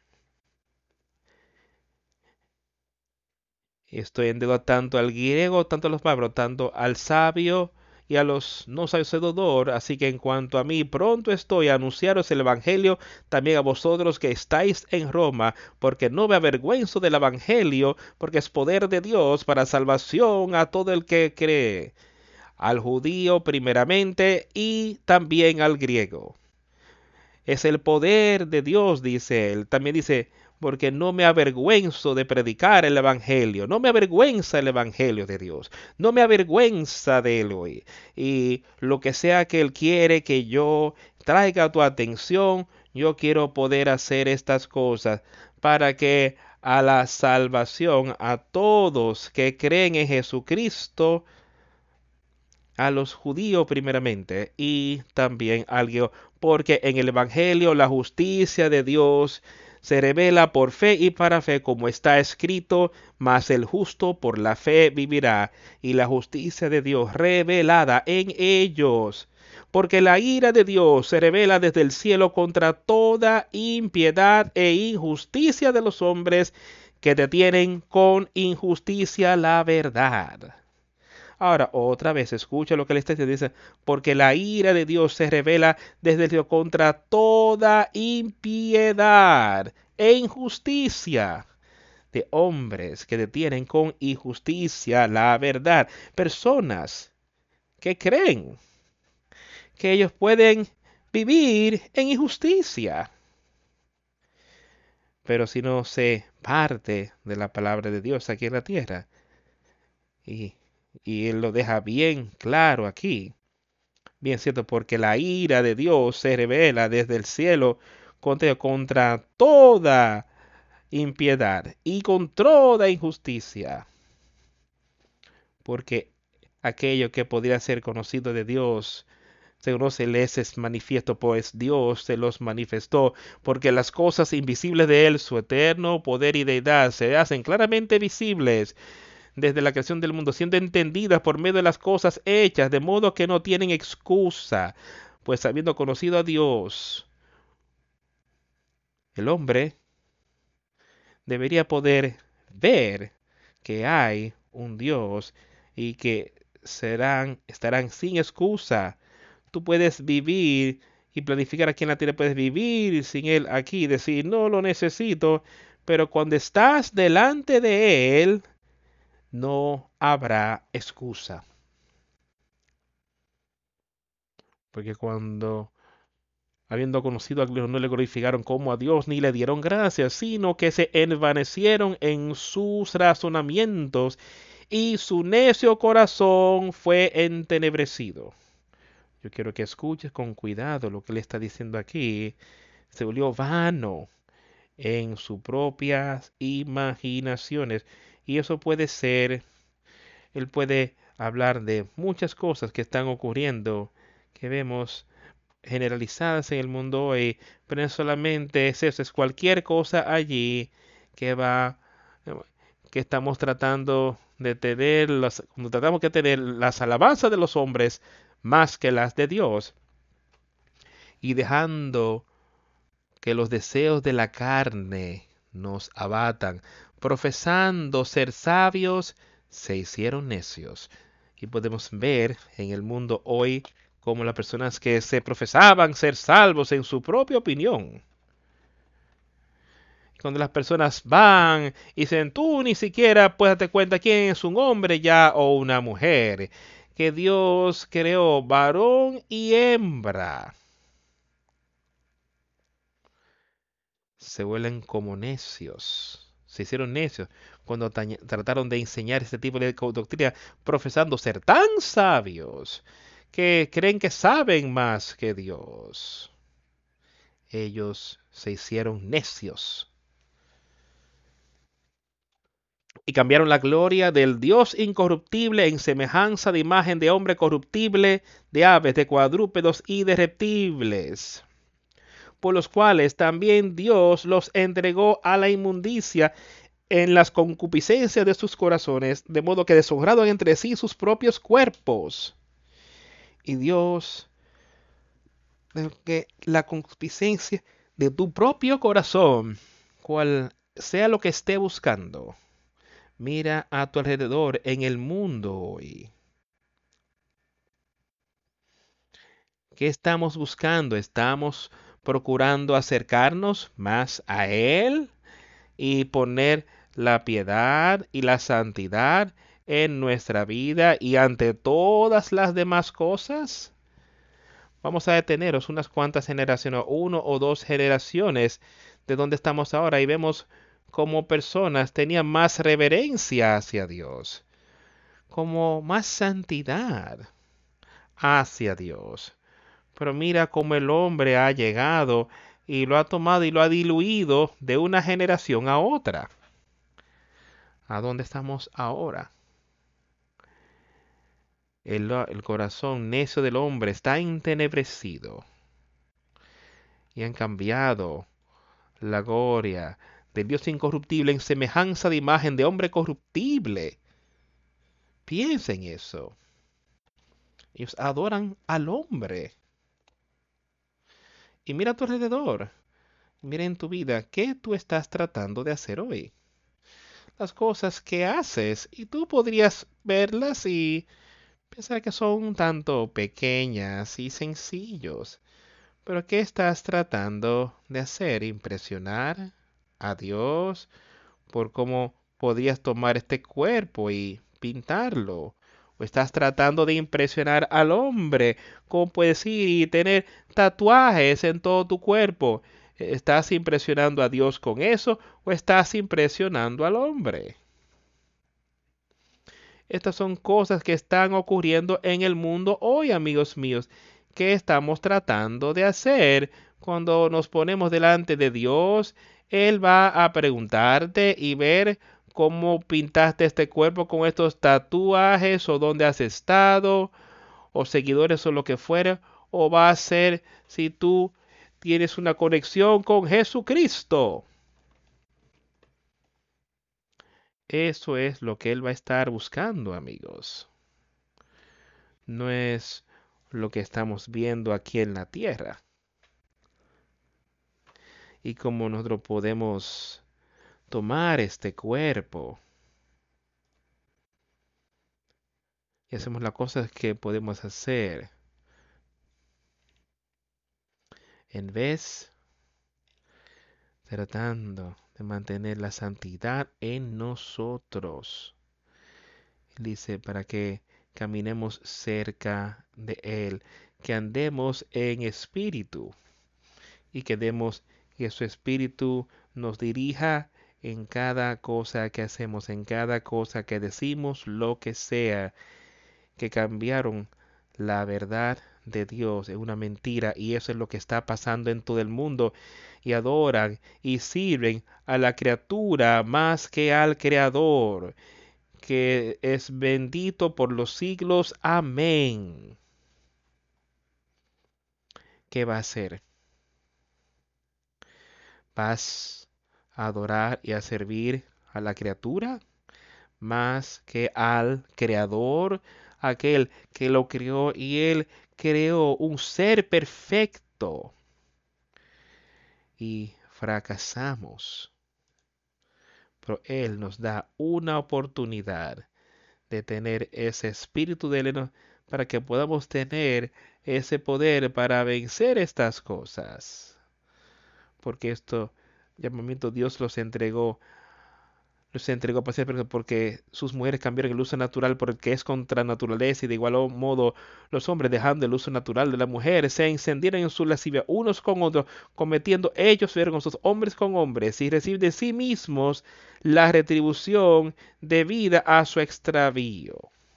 S1: Estoy en dedo tanto al griego, tanto a los bárbaros, tanto al sabio y a los no sabios deudor. Así que en cuanto a mí, pronto estoy a anunciaros el Evangelio también a vosotros que estáis en Roma, porque no me avergüenzo del Evangelio, porque es poder de Dios para salvación a todo el que cree, al judío primeramente y también al griego. Es el poder de Dios, dice él. También dice, porque no me avergüenzo de predicar el Evangelio. No me avergüenza el Evangelio de Dios. No me avergüenza de él hoy. Y lo que sea que él quiere que yo traiga a tu atención, yo quiero poder hacer estas cosas para que a la salvación, a todos que creen en Jesucristo, a los judíos primeramente y también al griego, porque en el Evangelio la justicia de Dios se revela por fe y para fe, como está escrito, mas el justo por la fe vivirá, y la justicia de Dios revelada en ellos. Porque la ira de Dios se revela desde el cielo contra toda impiedad e injusticia de los hombres que detienen con injusticia la verdad. Ahora, otra vez, escucha lo que le está diciendo. Dice, porque la ira de Dios se revela desde el cielo contra toda impiedad e injusticia de hombres que detienen con injusticia la verdad. Personas que creen que ellos pueden vivir en injusticia. Pero si no se parte de la palabra de Dios aquí en la tierra, y, y Él lo deja bien claro aquí, bien cierto, porque la ira de Dios se revela desde el cielo contra toda impiedad y contra toda injusticia, porque aquello que podría ser conocido de Dios según se les es manifiesto, pues Dios se los manifestó, porque las cosas invisibles de Él, su eterno poder y deidad, se hacen claramente visibles desde la creación del mundo, siendo entendidas por medio de las cosas hechas, de modo que no tienen excusa, pues habiendo conocido a Dios, el hombre debería poder ver que hay un Dios y que estarán sin excusa. Tú puedes vivir y planificar aquí en la tierra, puedes vivir sin Él aquí, decir, no lo necesito, pero cuando estás delante de Él, no habrá excusa. Porque cuando, habiendo conocido a Dios, no le glorificaron como a Dios, ni le dieron gracias, sino que se envanecieron en sus razonamientos, y su necio corazón fue entenebrecido. Yo quiero que escuches con cuidado lo que le está diciendo aquí. Se volvió vano en sus propias imaginaciones. Y eso puede ser, él puede hablar de muchas cosas que están ocurriendo, que vemos generalizadas en el mundo hoy, pero no solamente es eso, es cualquier cosa allí que va, que estamos tratando de tener, cuando tratamos de tener las alabanzas de los hombres más que las de Dios, y dejando que los deseos de la carne nos abatan, profesando ser sabios, se hicieron necios. Y podemos ver en el mundo hoy como las personas que se profesaban ser salvos en su propia opinión. Cuando las personas van y dicen, tú ni siquiera puedes darte cuenta quién es un hombre ya o una mujer, que Dios creó varón y hembra. Se vuelven como necios. Se hicieron necios cuando trataron de enseñar este tipo de doctrina, profesando ser tan sabios que creen que saben más que Dios. Ellos se hicieron necios y cambiaron la gloria del Dios incorruptible en semejanza de imagen de hombre corruptible, de aves, de cuadrúpedos y de reptiles, por los cuales también Dios los entregó a la inmundicia en las concupiscencias de sus corazones, de modo que deshonraron entre sí sus propios cuerpos. Y Dios, que la concupiscencia de tu propio corazón, cual sea lo que esté buscando, mira a tu alrededor en el mundo hoy. ¿Qué estamos buscando? ¿Estamos procurando acercarnos más a Él y poner la piedad y la santidad en nuestra vida y ante todas las demás cosas? Vamos a deteneros unas cuantas generaciones, uno o dos generaciones de donde estamos ahora y vemos cómo personas tenían más reverencia hacia Dios, como más santidad hacia Dios. Pero mira cómo el hombre ha llegado y lo ha tomado y lo ha diluido de una generación a otra. ¿A dónde estamos ahora? El corazón necio del hombre está entenebrecido y han cambiado la gloria del Dios incorruptible en semejanza de imagen de hombre corruptible. Piensa en eso. Ellos adoran al hombre. Y mira a tu alrededor. Mira en tu vida qué tú estás tratando de hacer hoy. Las cosas que haces y tú podrías verlas y Piensa que son un tanto pequeñas y sencillos. Pero ¿qué estás tratando de hacer? ¿Impresionar a Dios por cómo podrías tomar este cuerpo y pintarlo? ¿O estás tratando de impresionar al hombre? ¿Cómo puedes ir y tener tatuajes en todo tu cuerpo? ¿Estás impresionando a Dios con eso o estás impresionando al hombre? Estas son cosas que están ocurriendo en el mundo hoy, amigos míos. ¿Qué estamos tratando de hacer? Cuando nos ponemos delante de Dios, Él va a preguntarte y ver cómo pintaste este cuerpo con estos tatuajes o dónde has estado o seguidores o lo que fuera. O va a ser si tú tienes una conexión con Jesucristo. Eso es lo que Él va a estar buscando, amigos. No es lo que estamos viendo aquí en la tierra. Y cómo nosotros podemos tomar este cuerpo y hacemos las cosas que podemos hacer en vez tratando de mantener la santidad en nosotros. Dice para que caminemos cerca de Él, que andemos en espíritu y que demos que su espíritu nos dirija en cada cosa que hacemos, en cada cosa que decimos, lo que sea, que cambiaron la verdad de Dios en una mentira y eso es lo que está pasando en todo el mundo y adoran y sirven a la criatura más que al Creador, que es bendito por los siglos. Amén. ¿Qué va a hacer? ¿Vas a adorar y a servir a la criatura más que al Creador, aquel que lo creó y él creó un ser perfecto y fracasamos? Pero él nos da una oportunidad de tener ese espíritu de él para que podamos tener ese poder para vencer estas cosas. Porque esto llamamiento Dios los entregó para siempre porque sus mujeres cambiaron el uso natural porque es contra naturaleza y de igual modo los hombres dejando el uso natural de la mujer se encendieron en su lascivia unos con otros cometiendo ellos vergonzosos hombres con hombres y reciben de sí mismos la retribución debida a su extravío.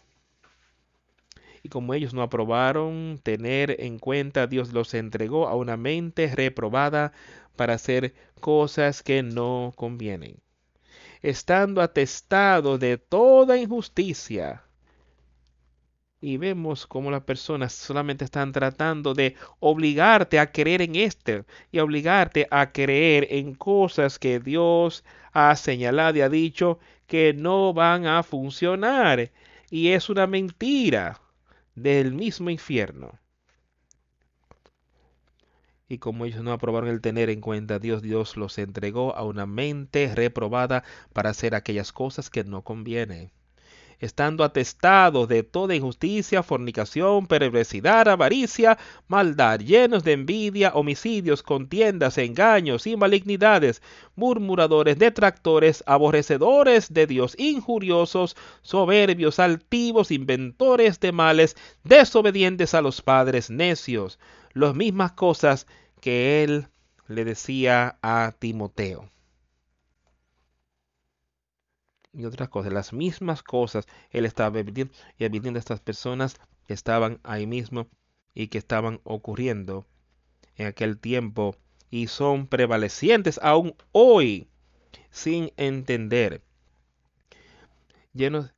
S1: Y como ellos no aprobaron tener en cuenta, Dios los entregó a una mente reprobada para hacer cosas que no convienen estando atestado de toda injusticia. Y vemos cómo las personas solamente están tratando de obligarte a creer en este y obligarte a creer en cosas que Dios ha señalado y ha dicho que no van a funcionar. Y es una mentira del mismo infierno. Y como ellos no aprobaron el tener en cuenta a Dios, Dios los entregó a una mente reprobada para hacer aquellas cosas que no convienen estando atestados de toda injusticia, fornicación, perversidad, avaricia, maldad, llenos de envidia, homicidios, contiendas, engaños y malignidades, murmuradores, detractores, aborrecedores de Dios, injuriosos, soberbios, altivos, inventores de males, desobedientes a los padres, necios, las mismas cosas que él le decía a Timoteo. Y otras cosas, las mismas cosas él estaba viviendo y advirtiendo a estas personas que estaban ahí mismo y que estaban ocurriendo en aquel tiempo y son prevalecientes aún hoy sin entender. Llenos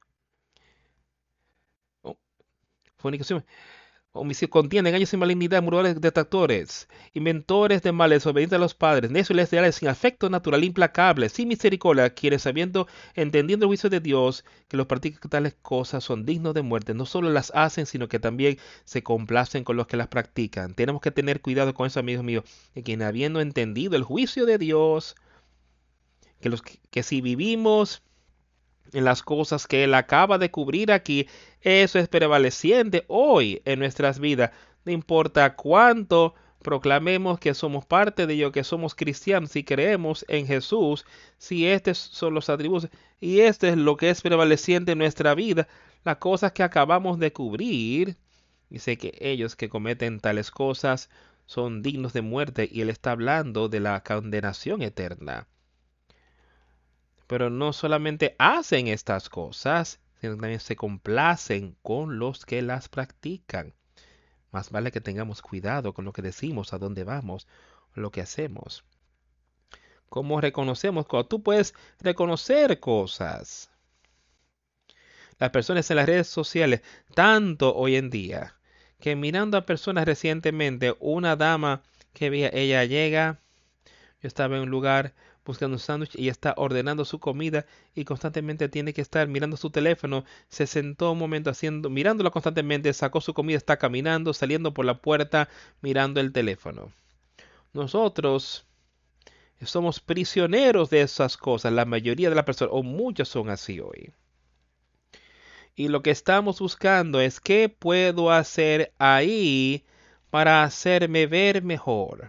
S1: oh, fornicación, homicidio, contienda, engaños y malignidad, murmuradores, detractores, inventores de males, desobedientes a los padres, necios y desleales, sin afecto natural, implacables, sin misericordia, quienes habiendo entendiendo el juicio de Dios, que los practican tales cosas son dignos de muerte, no solo las hacen, sino que también se complacen con los que las practican. Tenemos que tener cuidado con eso, amigos míos, de quien habiendo entendido el juicio de Dios, que si vivimos en las cosas que Él acaba de cubrir aquí, eso es prevaleciente hoy en nuestras vidas. No importa cuánto proclamemos que somos parte de ello, que somos cristianos y creemos en Jesús, si estos son los atributos y este es lo que es prevaleciente en nuestra vida, las cosas que acabamos de cubrir, dice que ellos que cometen tales cosas son dignos de muerte y Él está hablando de la condenación eterna. Pero no solamente hacen estas cosas, sino también se complacen con los que las practican. Más vale que tengamos cuidado con lo que decimos, a dónde vamos, lo que hacemos. ¿Cómo reconocemos? Cuando tú puedes reconocer cosas. Las personas en las redes sociales, tanto hoy en día, que mirando a personas recientemente, una dama que veía, ella llega. Yo estaba en un lugar buscando un sándwich y está ordenando su comida y constantemente tiene que estar mirando su teléfono. Se sentó un momento mirándolo constantemente, sacó su comida, está caminando, saliendo por la puerta, mirando el teléfono. Nosotros somos prisioneros de esas cosas. La mayoría de las personas, o muchos son así hoy. Y lo que estamos buscando es qué puedo hacer ahí para hacerme ver mejor.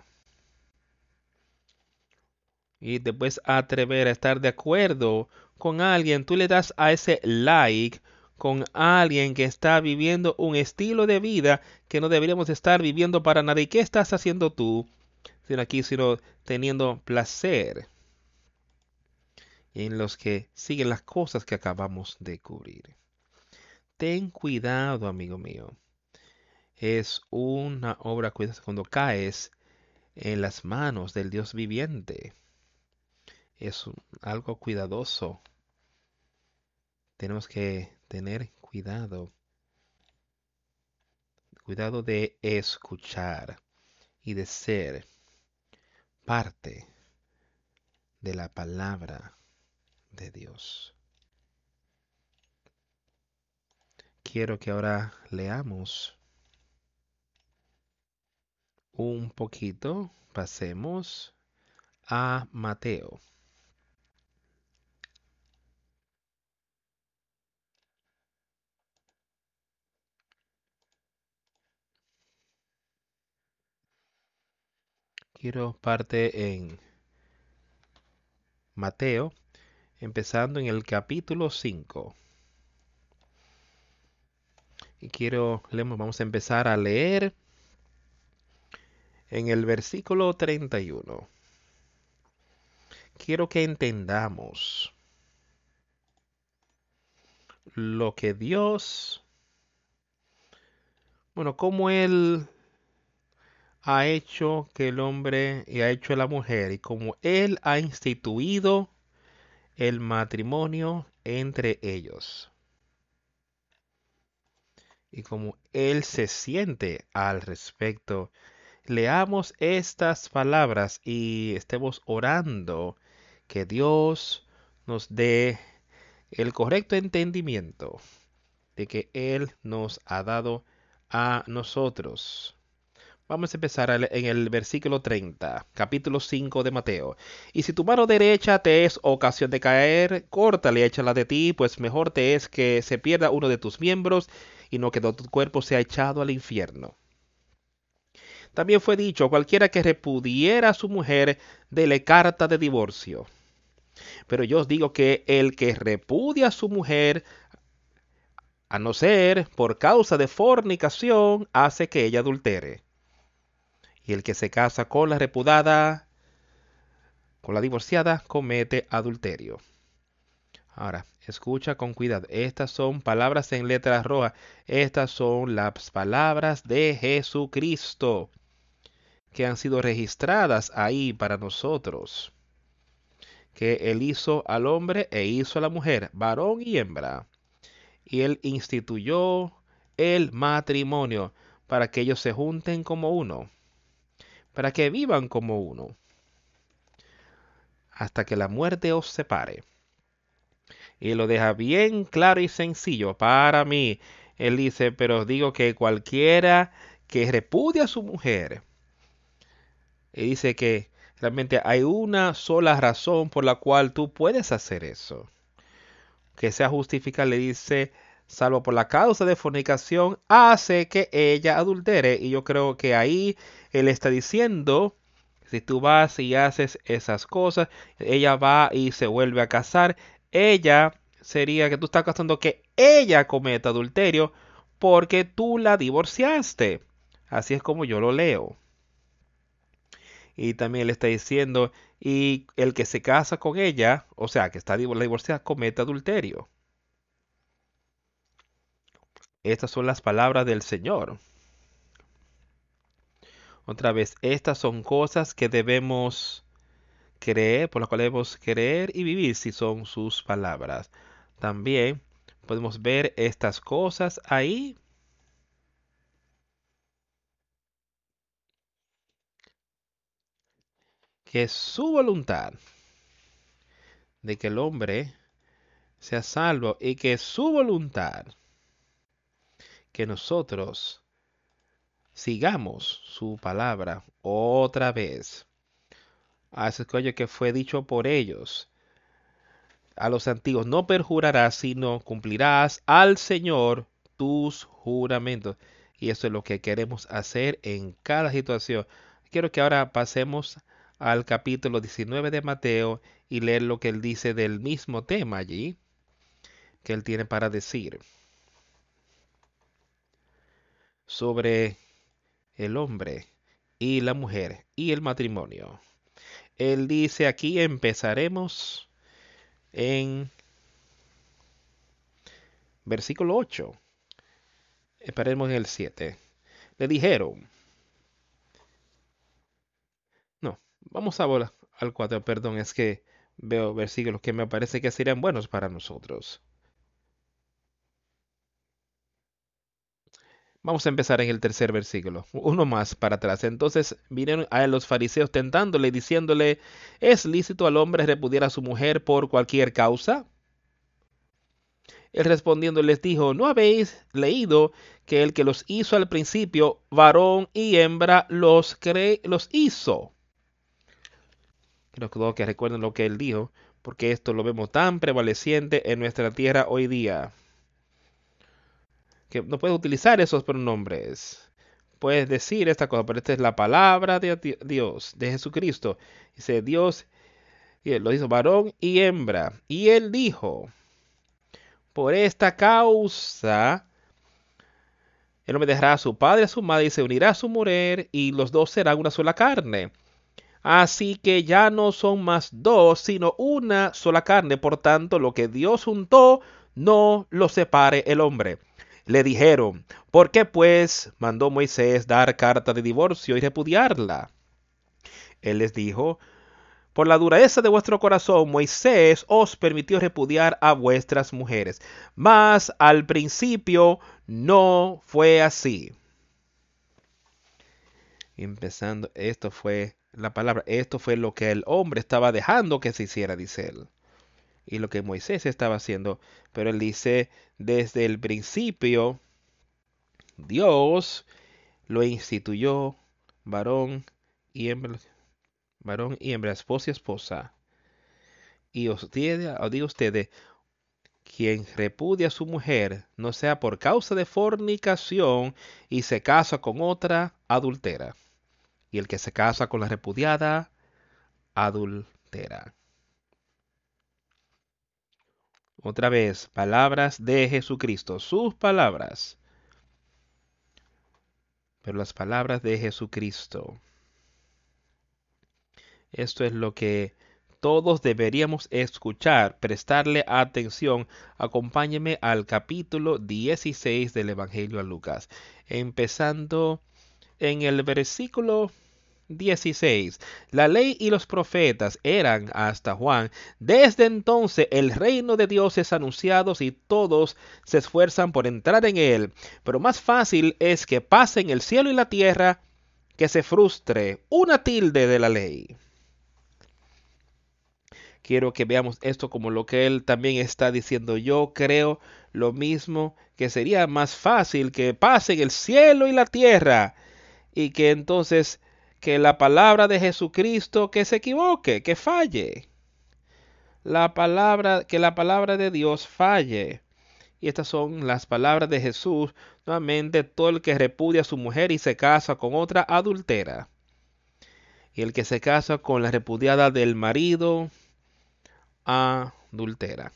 S1: Y te puedes atrever a estar de acuerdo con alguien, tú le das a ese like con alguien que está viviendo un estilo de vida que no deberíamos estar viviendo para nada. ¿Y qué estás haciendo tú? Sino teniendo placer en los que siguen las cosas que acabamos de cubrir. Ten cuidado, amigo mío. Es una obra cuidado cuando caes en las manos del Dios viviente. Es algo cuidadoso. Tenemos que tener cuidado de escuchar y de ser parte de la palabra de Dios. Quiero que ahora leamos un poquito, pasemos a Mateo. Quiero parte en Mateo, empezando en el capítulo 5. Y vamos a empezar a leer en el versículo 31. Quiero que entendamos lo que cómo Él ha hecho que el hombre y ha hecho la mujer y cómo Él ha instituido el matrimonio entre ellos y cómo Él se siente al respecto. Leamos estas palabras y estemos orando que Dios nos dé el correcto entendimiento de que Él nos ha dado a nosotros. Vamos a empezar en el versículo 30, capítulo 5 de Mateo. Y si tu mano derecha te es ocasión de caer, córtale, échala de ti, pues mejor te es que se pierda uno de tus miembros y no que todo tu cuerpo sea echado al infierno. También fue dicho, cualquiera que repudiera a su mujer, dele carta de divorcio. Pero yo os digo que el que repudia a su mujer, a no ser por causa de fornicación, hace que ella adultere. Y el que se casa con la repudiada, con la divorciada, comete adulterio. Ahora, escucha con cuidado. Estas son palabras en letras rojas. Estas son las palabras de Jesucristo que han sido registradas ahí para nosotros. Que Él hizo al hombre e hizo a la mujer, varón y hembra. Y Él instituyó el matrimonio para que ellos se junten como uno, para que vivan como uno, hasta que la muerte os separe. Y lo deja bien claro y sencillo para mí. Él dice, pero os digo que cualquiera que repudia a su mujer, y dice que realmente hay una sola razón por la cual tú puedes hacer eso. que sea justificada, le dice, salvo por la causa de fornicación, hace que ella adultere. Y yo creo que ahí él está diciendo, si tú vas y haces esas cosas, ella va y se vuelve a casar, ella sería que tú estás causando que ella cometa adulterio porque tú la divorciaste. Así es como yo lo leo. Y también le está diciendo, y el que se casa con ella, o sea, que está divorciada, comete adulterio. Estas son las palabras del Señor. Otra vez, estas son cosas que debemos creer, por las cuales debemos creer y vivir si son sus palabras. También podemos ver estas cosas ahí, que es su voluntad de que el hombre sea salvo y que es su voluntad que nosotros sigamos su palabra otra vez. Así que fue dicho por ellos a los antiguos, no perjurarás, sino cumplirás al Señor tus juramentos. Y eso es lo que queremos hacer en cada situación. Quiero que ahora pasemos al capítulo 19 de Mateo y leer lo que él dice del mismo tema allí, que él tiene para decir sobre el hombre y la mujer y el matrimonio. Él dice aquí, empezaremos en versículo 8. Esperemos en el 7. Le dijeron, no, vamos a volar al 4, perdón, es que veo versículos que me parece que serían buenos para nosotros. Vamos a empezar en el tercer versículo, uno más para atrás. Entonces vinieron a él los fariseos tentándole, diciéndole, ¿es lícito al hombre repudiar a su mujer por cualquier causa? Él respondiendo les dijo, ¿no habéis leído que el que los hizo al principio, varón y hembra, los hizo? Creo que recuerden lo que él dijo, porque esto lo vemos tan prevaleciente en nuestra tierra hoy día, que no puedes utilizar esos pronombres. Puedes decir esta cosa, pero esta es la palabra de Dios, de Jesucristo. Dice Dios, y él lo hizo varón y hembra. Y él dijo, por esta causa, el hombre dejará a su padre y a su madre y se unirá a su mujer, y los dos serán una sola carne. Así que ya no son más dos, sino una sola carne. Por tanto, lo que Dios juntó, no lo separe el hombre. Le dijeron, ¿por qué pues mandó Moisés dar carta de divorcio y repudiarla? Él les dijo, por la dureza de vuestro corazón, Moisés os permitió repudiar a vuestras mujeres. Mas al principio no fue así. Empezando, esto fue la palabra, esto fue lo que el hombre estaba dejando que se hiciera, dice él, y lo que Moisés estaba haciendo. Pero él dice, desde el principio, Dios lo instituyó, varón y hembra, varón y hembra, esposo y esposa. Y os digo a ustedes, quien repudia a su mujer, no sea por causa de fornicación y se casa con otra, adultera. Y el que se casa con la repudiada, adultera. Otra vez, palabras de Jesucristo, sus palabras, pero las palabras de Jesucristo. Esto es lo que todos deberíamos escuchar, prestarle atención. Acompáñeme al capítulo 16 del Evangelio a Lucas, empezando en el versículo 16. La ley y los profetas eran hasta Juan. Desde entonces el reino de Dios es anunciado y todos se esfuerzan por entrar en él. Pero más fácil es que pasen el cielo y la tierra que se frustre una tilde de la ley. Quiero que veamos esto como lo que él también está diciendo. Yo creo lo mismo, que sería más fácil que pasen el cielo y la tierra y que entonces que la palabra de Jesucristo que se equivoque, que falle. que la palabra de Dios falle. Y estas son las palabras de Jesús. Nuevamente, todo el que repudia a su mujer y se casa con otra adultera. Y el que se casa con la repudiada del marido adultera.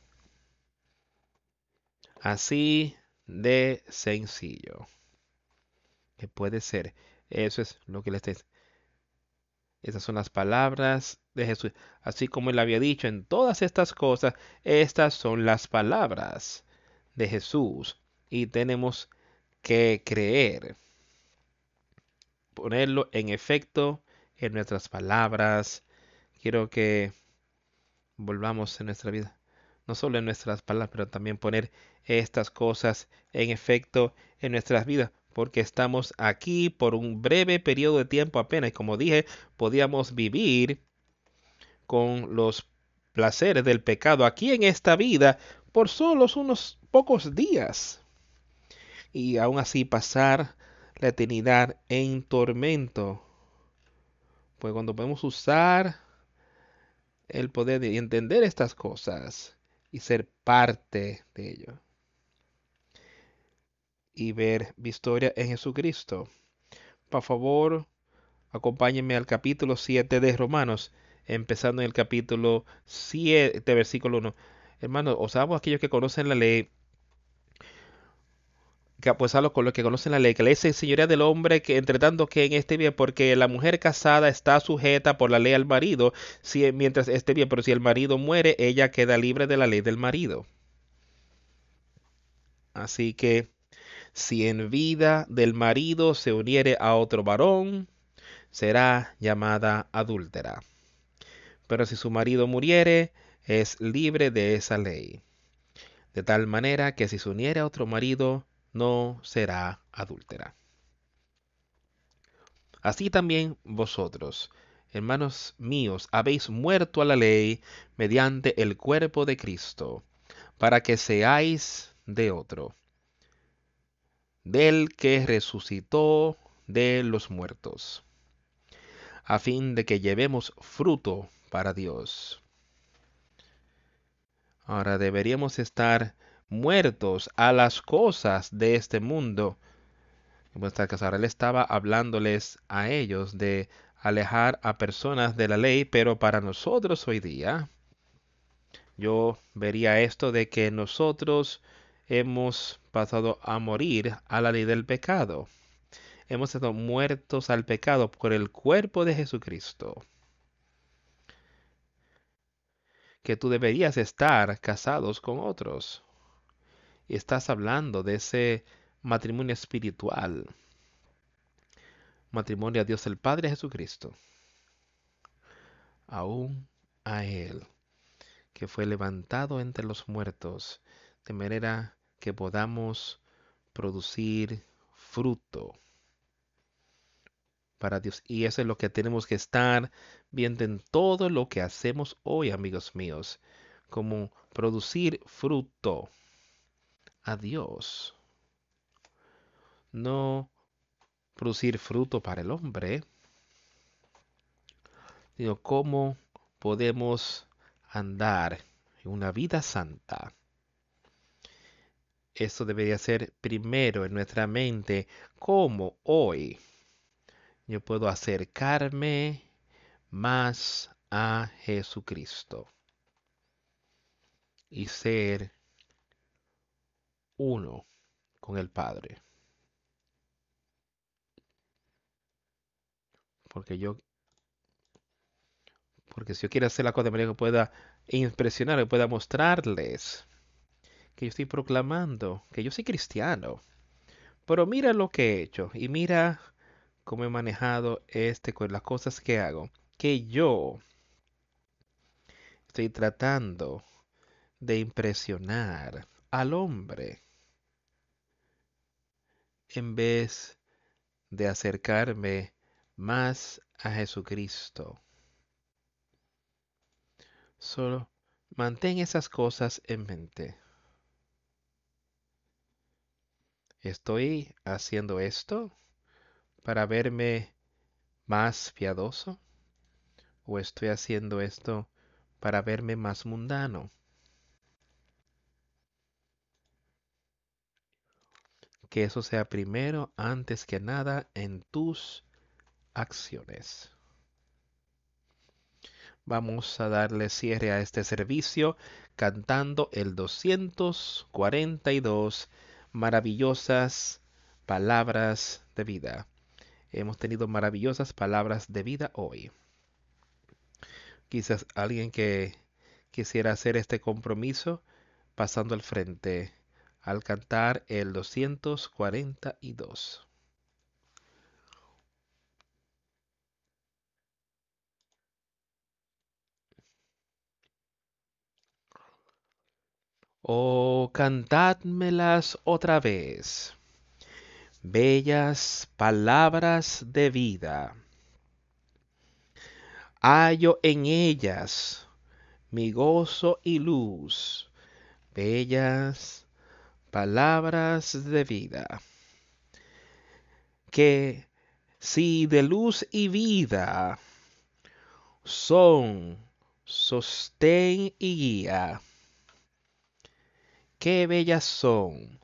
S1: Así de sencillo que puede ser. Eso es lo que le está. Esas son las palabras de Jesús. Así como él había dicho en todas estas cosas, estas son las palabras de Jesús. Y tenemos que creer, ponerlo en efecto en nuestras palabras. Quiero que volvamos en nuestra vida, no solo en nuestras palabras, pero también poner estas cosas en efecto en nuestras vidas, porque estamos aquí por un breve periodo de tiempo apenas. Y como dije, podíamos vivir con los placeres del pecado aquí en esta vida por solo unos pocos días y aún así pasar la eternidad en tormento. Pues cuando podemos usar el poder de entender estas cosas y ser parte de ello y ver victoria en Jesucristo. Por favor, acompáñenme al capítulo 7 de Romanos, empezando en el capítulo 7, versículo 1. Hermanos, os amo a aquellos que conocen la ley, que pues hablo con los que conocen la ley, que la ley es señoría del hombre, que entre tanto que en este bien, porque la mujer casada está sujeta por la ley al marido, mientras esté bien, pero si el marido muere, ella queda libre de la ley del marido. Así que si en vida del marido se uniere a otro varón, será llamada adúltera. Pero si su marido muriere, es libre de esa ley. De tal manera que si se uniere a otro marido, no será adúltera. Así también vosotros, hermanos míos, habéis muerto a la ley mediante el cuerpo de Cristo, para que seáis de otro, del que resucitó de los muertos, a fin de que llevemos fruto para Dios. Ahora deberíamos estar muertos a las cosas de este mundo. Ahora él estaba hablándoles a ellos de alejar a personas de la ley, pero para nosotros hoy día, yo vería esto de que nosotros hemos pasado a morir a la ley del pecado. Hemos estado muertos al pecado por el cuerpo de Jesucristo. Que tú deberías estar casados con otros. Y estás hablando de ese matrimonio espiritual. Matrimonio a Dios el Padre Jesucristo. Aún a Él, que fue levantado entre los muertos, de manera que podamos producir fruto para Dios. Y eso es lo que tenemos que estar viendo en todo lo que hacemos hoy, amigos míos, como producir fruto a Dios. No producir fruto para el hombre, sino cómo podemos andar en una vida santa. Esto debería ser primero en nuestra mente, cómo hoy yo puedo acercarme más a Jesucristo y ser uno con el Padre. Porque yo, porque si yo quiero hacer la cosa de manera que pueda impresionar, que pueda mostrarles que yo estoy proclamando que yo soy cristiano. Pero mira lo que he hecho y mira cómo he manejado con las cosas que hago. Que yo estoy tratando de impresionar al hombre en vez de acercarme más a Jesucristo. Solo mantén esas cosas en mente. ¿Estoy haciendo esto para verme más piadoso? ¿O estoy haciendo esto para verme más mundano. Que eso sea primero, antes que nada, en tus acciones. Vamos a darle cierre a este servicio cantando el 242, maravillosas palabras de vida. Hemos tenido maravillosas palabras de vida hoy. Quizás alguien que quisiera hacer este compromiso pasando al frente al cantar el 242. Oh, cantádmelas otra vez, bellas palabras de vida. Hallo en ellas mi gozo y luz, bellas palabras de vida. Que si de luz y vida son sostén y guía, qué bellas son,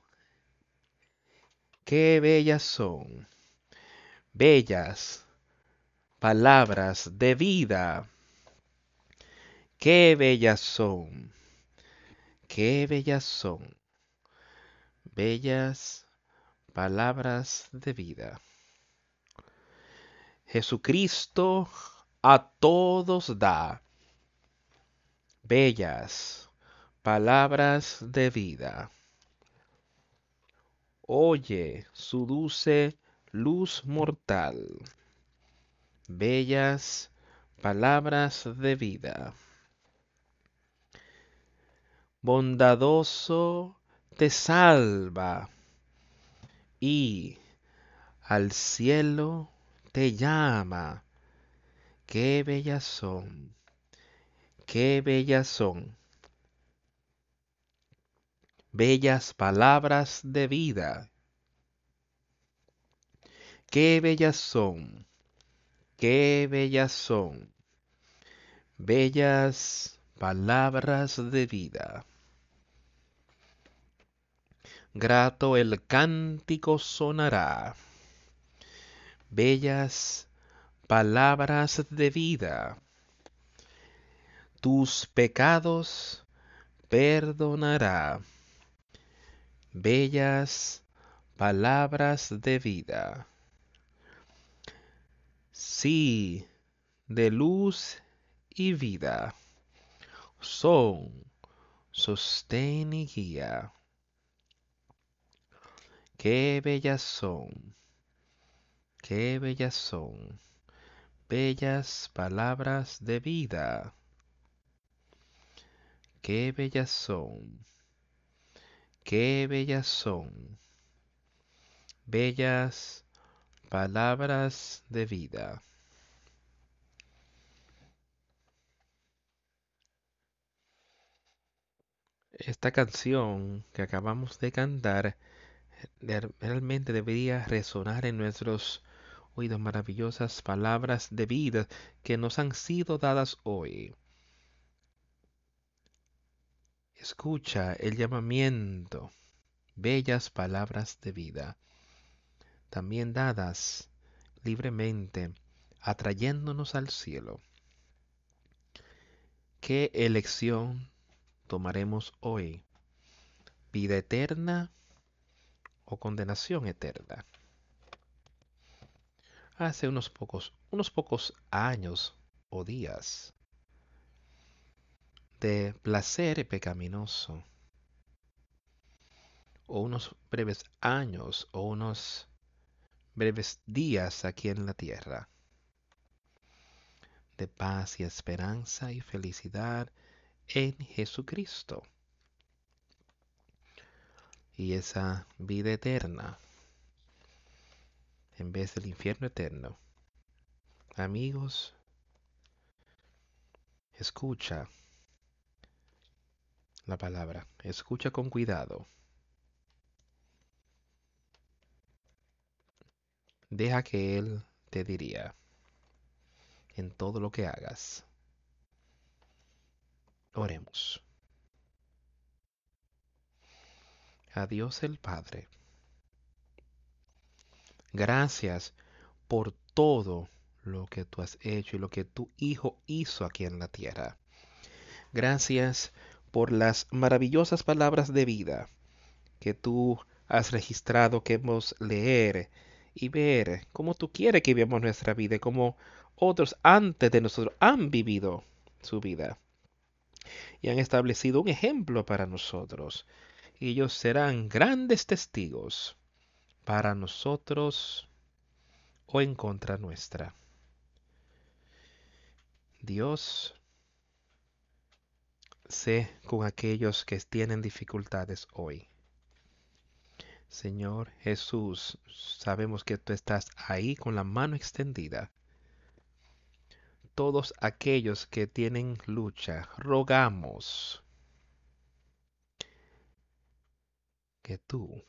S1: qué bellas son, bellas palabras de vida, qué bellas son, qué bellas son, bellas palabras de vida. Jesucristo a todos da bellas palabras de vida. Oye su dulce luz mortal, bellas palabras de vida. Bondadoso te salva y al cielo te llama. Qué bellas son, qué bellas son, bellas palabras de vida. Qué bellas son, qué bellas son, bellas palabras de vida. Grato el cántico sonará, bellas palabras de vida. Tus pecados perdonará, bellas palabras de vida. Sí, de luz y vida son sostén y guía. Qué bellas son, qué bellas son, bellas palabras de vida. Qué bellas son, qué bellas son, bellas palabras de vida. Esta canción que acabamos de cantar realmente debería resonar en nuestros oídos, maravillosas palabras de vida que nos han sido dadas hoy. Escucha el llamamiento, bellas palabras de vida, también dadas libremente, atrayéndonos al cielo. ¿Qué elección tomaremos hoy? ¿Vida eterna o condenación eterna? Hace unos pocos años o días de placer pecaminoso, o unos breves años o unos breves días aquí en la tierra, de paz y esperanza y felicidad en Jesucristo, y esa vida eterna en vez del infierno eterno. Amigos, escucha la palabra, escucha con cuidado, deja que Él te diría en todo lo que hagas. Oremos. A Dios el Padre, gracias por todo lo que tú has hecho y lo que tu Hijo hizo aquí en la tierra. Gracias por las maravillosas palabras de vida que tú has registrado, que hemos leer y ver cómo tú quieres que vivamos nuestra vida y cómo otros antes de nosotros han vivido su vida y han establecido un ejemplo para nosotros. Y ellos serán grandes testigos para nosotros o en contra nuestra. Dios, sé con aquellos que tienen dificultades hoy. Señor Jesús, sabemos que tú estás ahí con la mano extendida. Todos aquellos que tienen lucha, rogamos que tú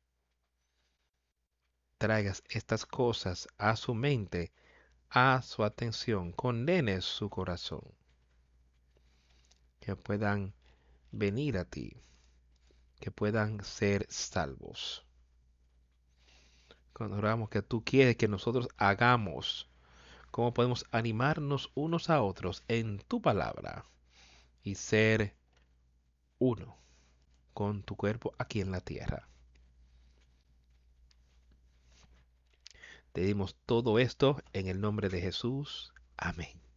S1: traigas estas cosas a su mente, a su atención, condenes su corazón, que puedan venir a ti, que puedan ser salvos. Cuando oramos que tú quieres que nosotros hagamos, cómo podemos animarnos unos a otros en tu palabra y ser uno con tu cuerpo aquí en la tierra. Te dimos todo esto en el nombre de Jesús. Amén.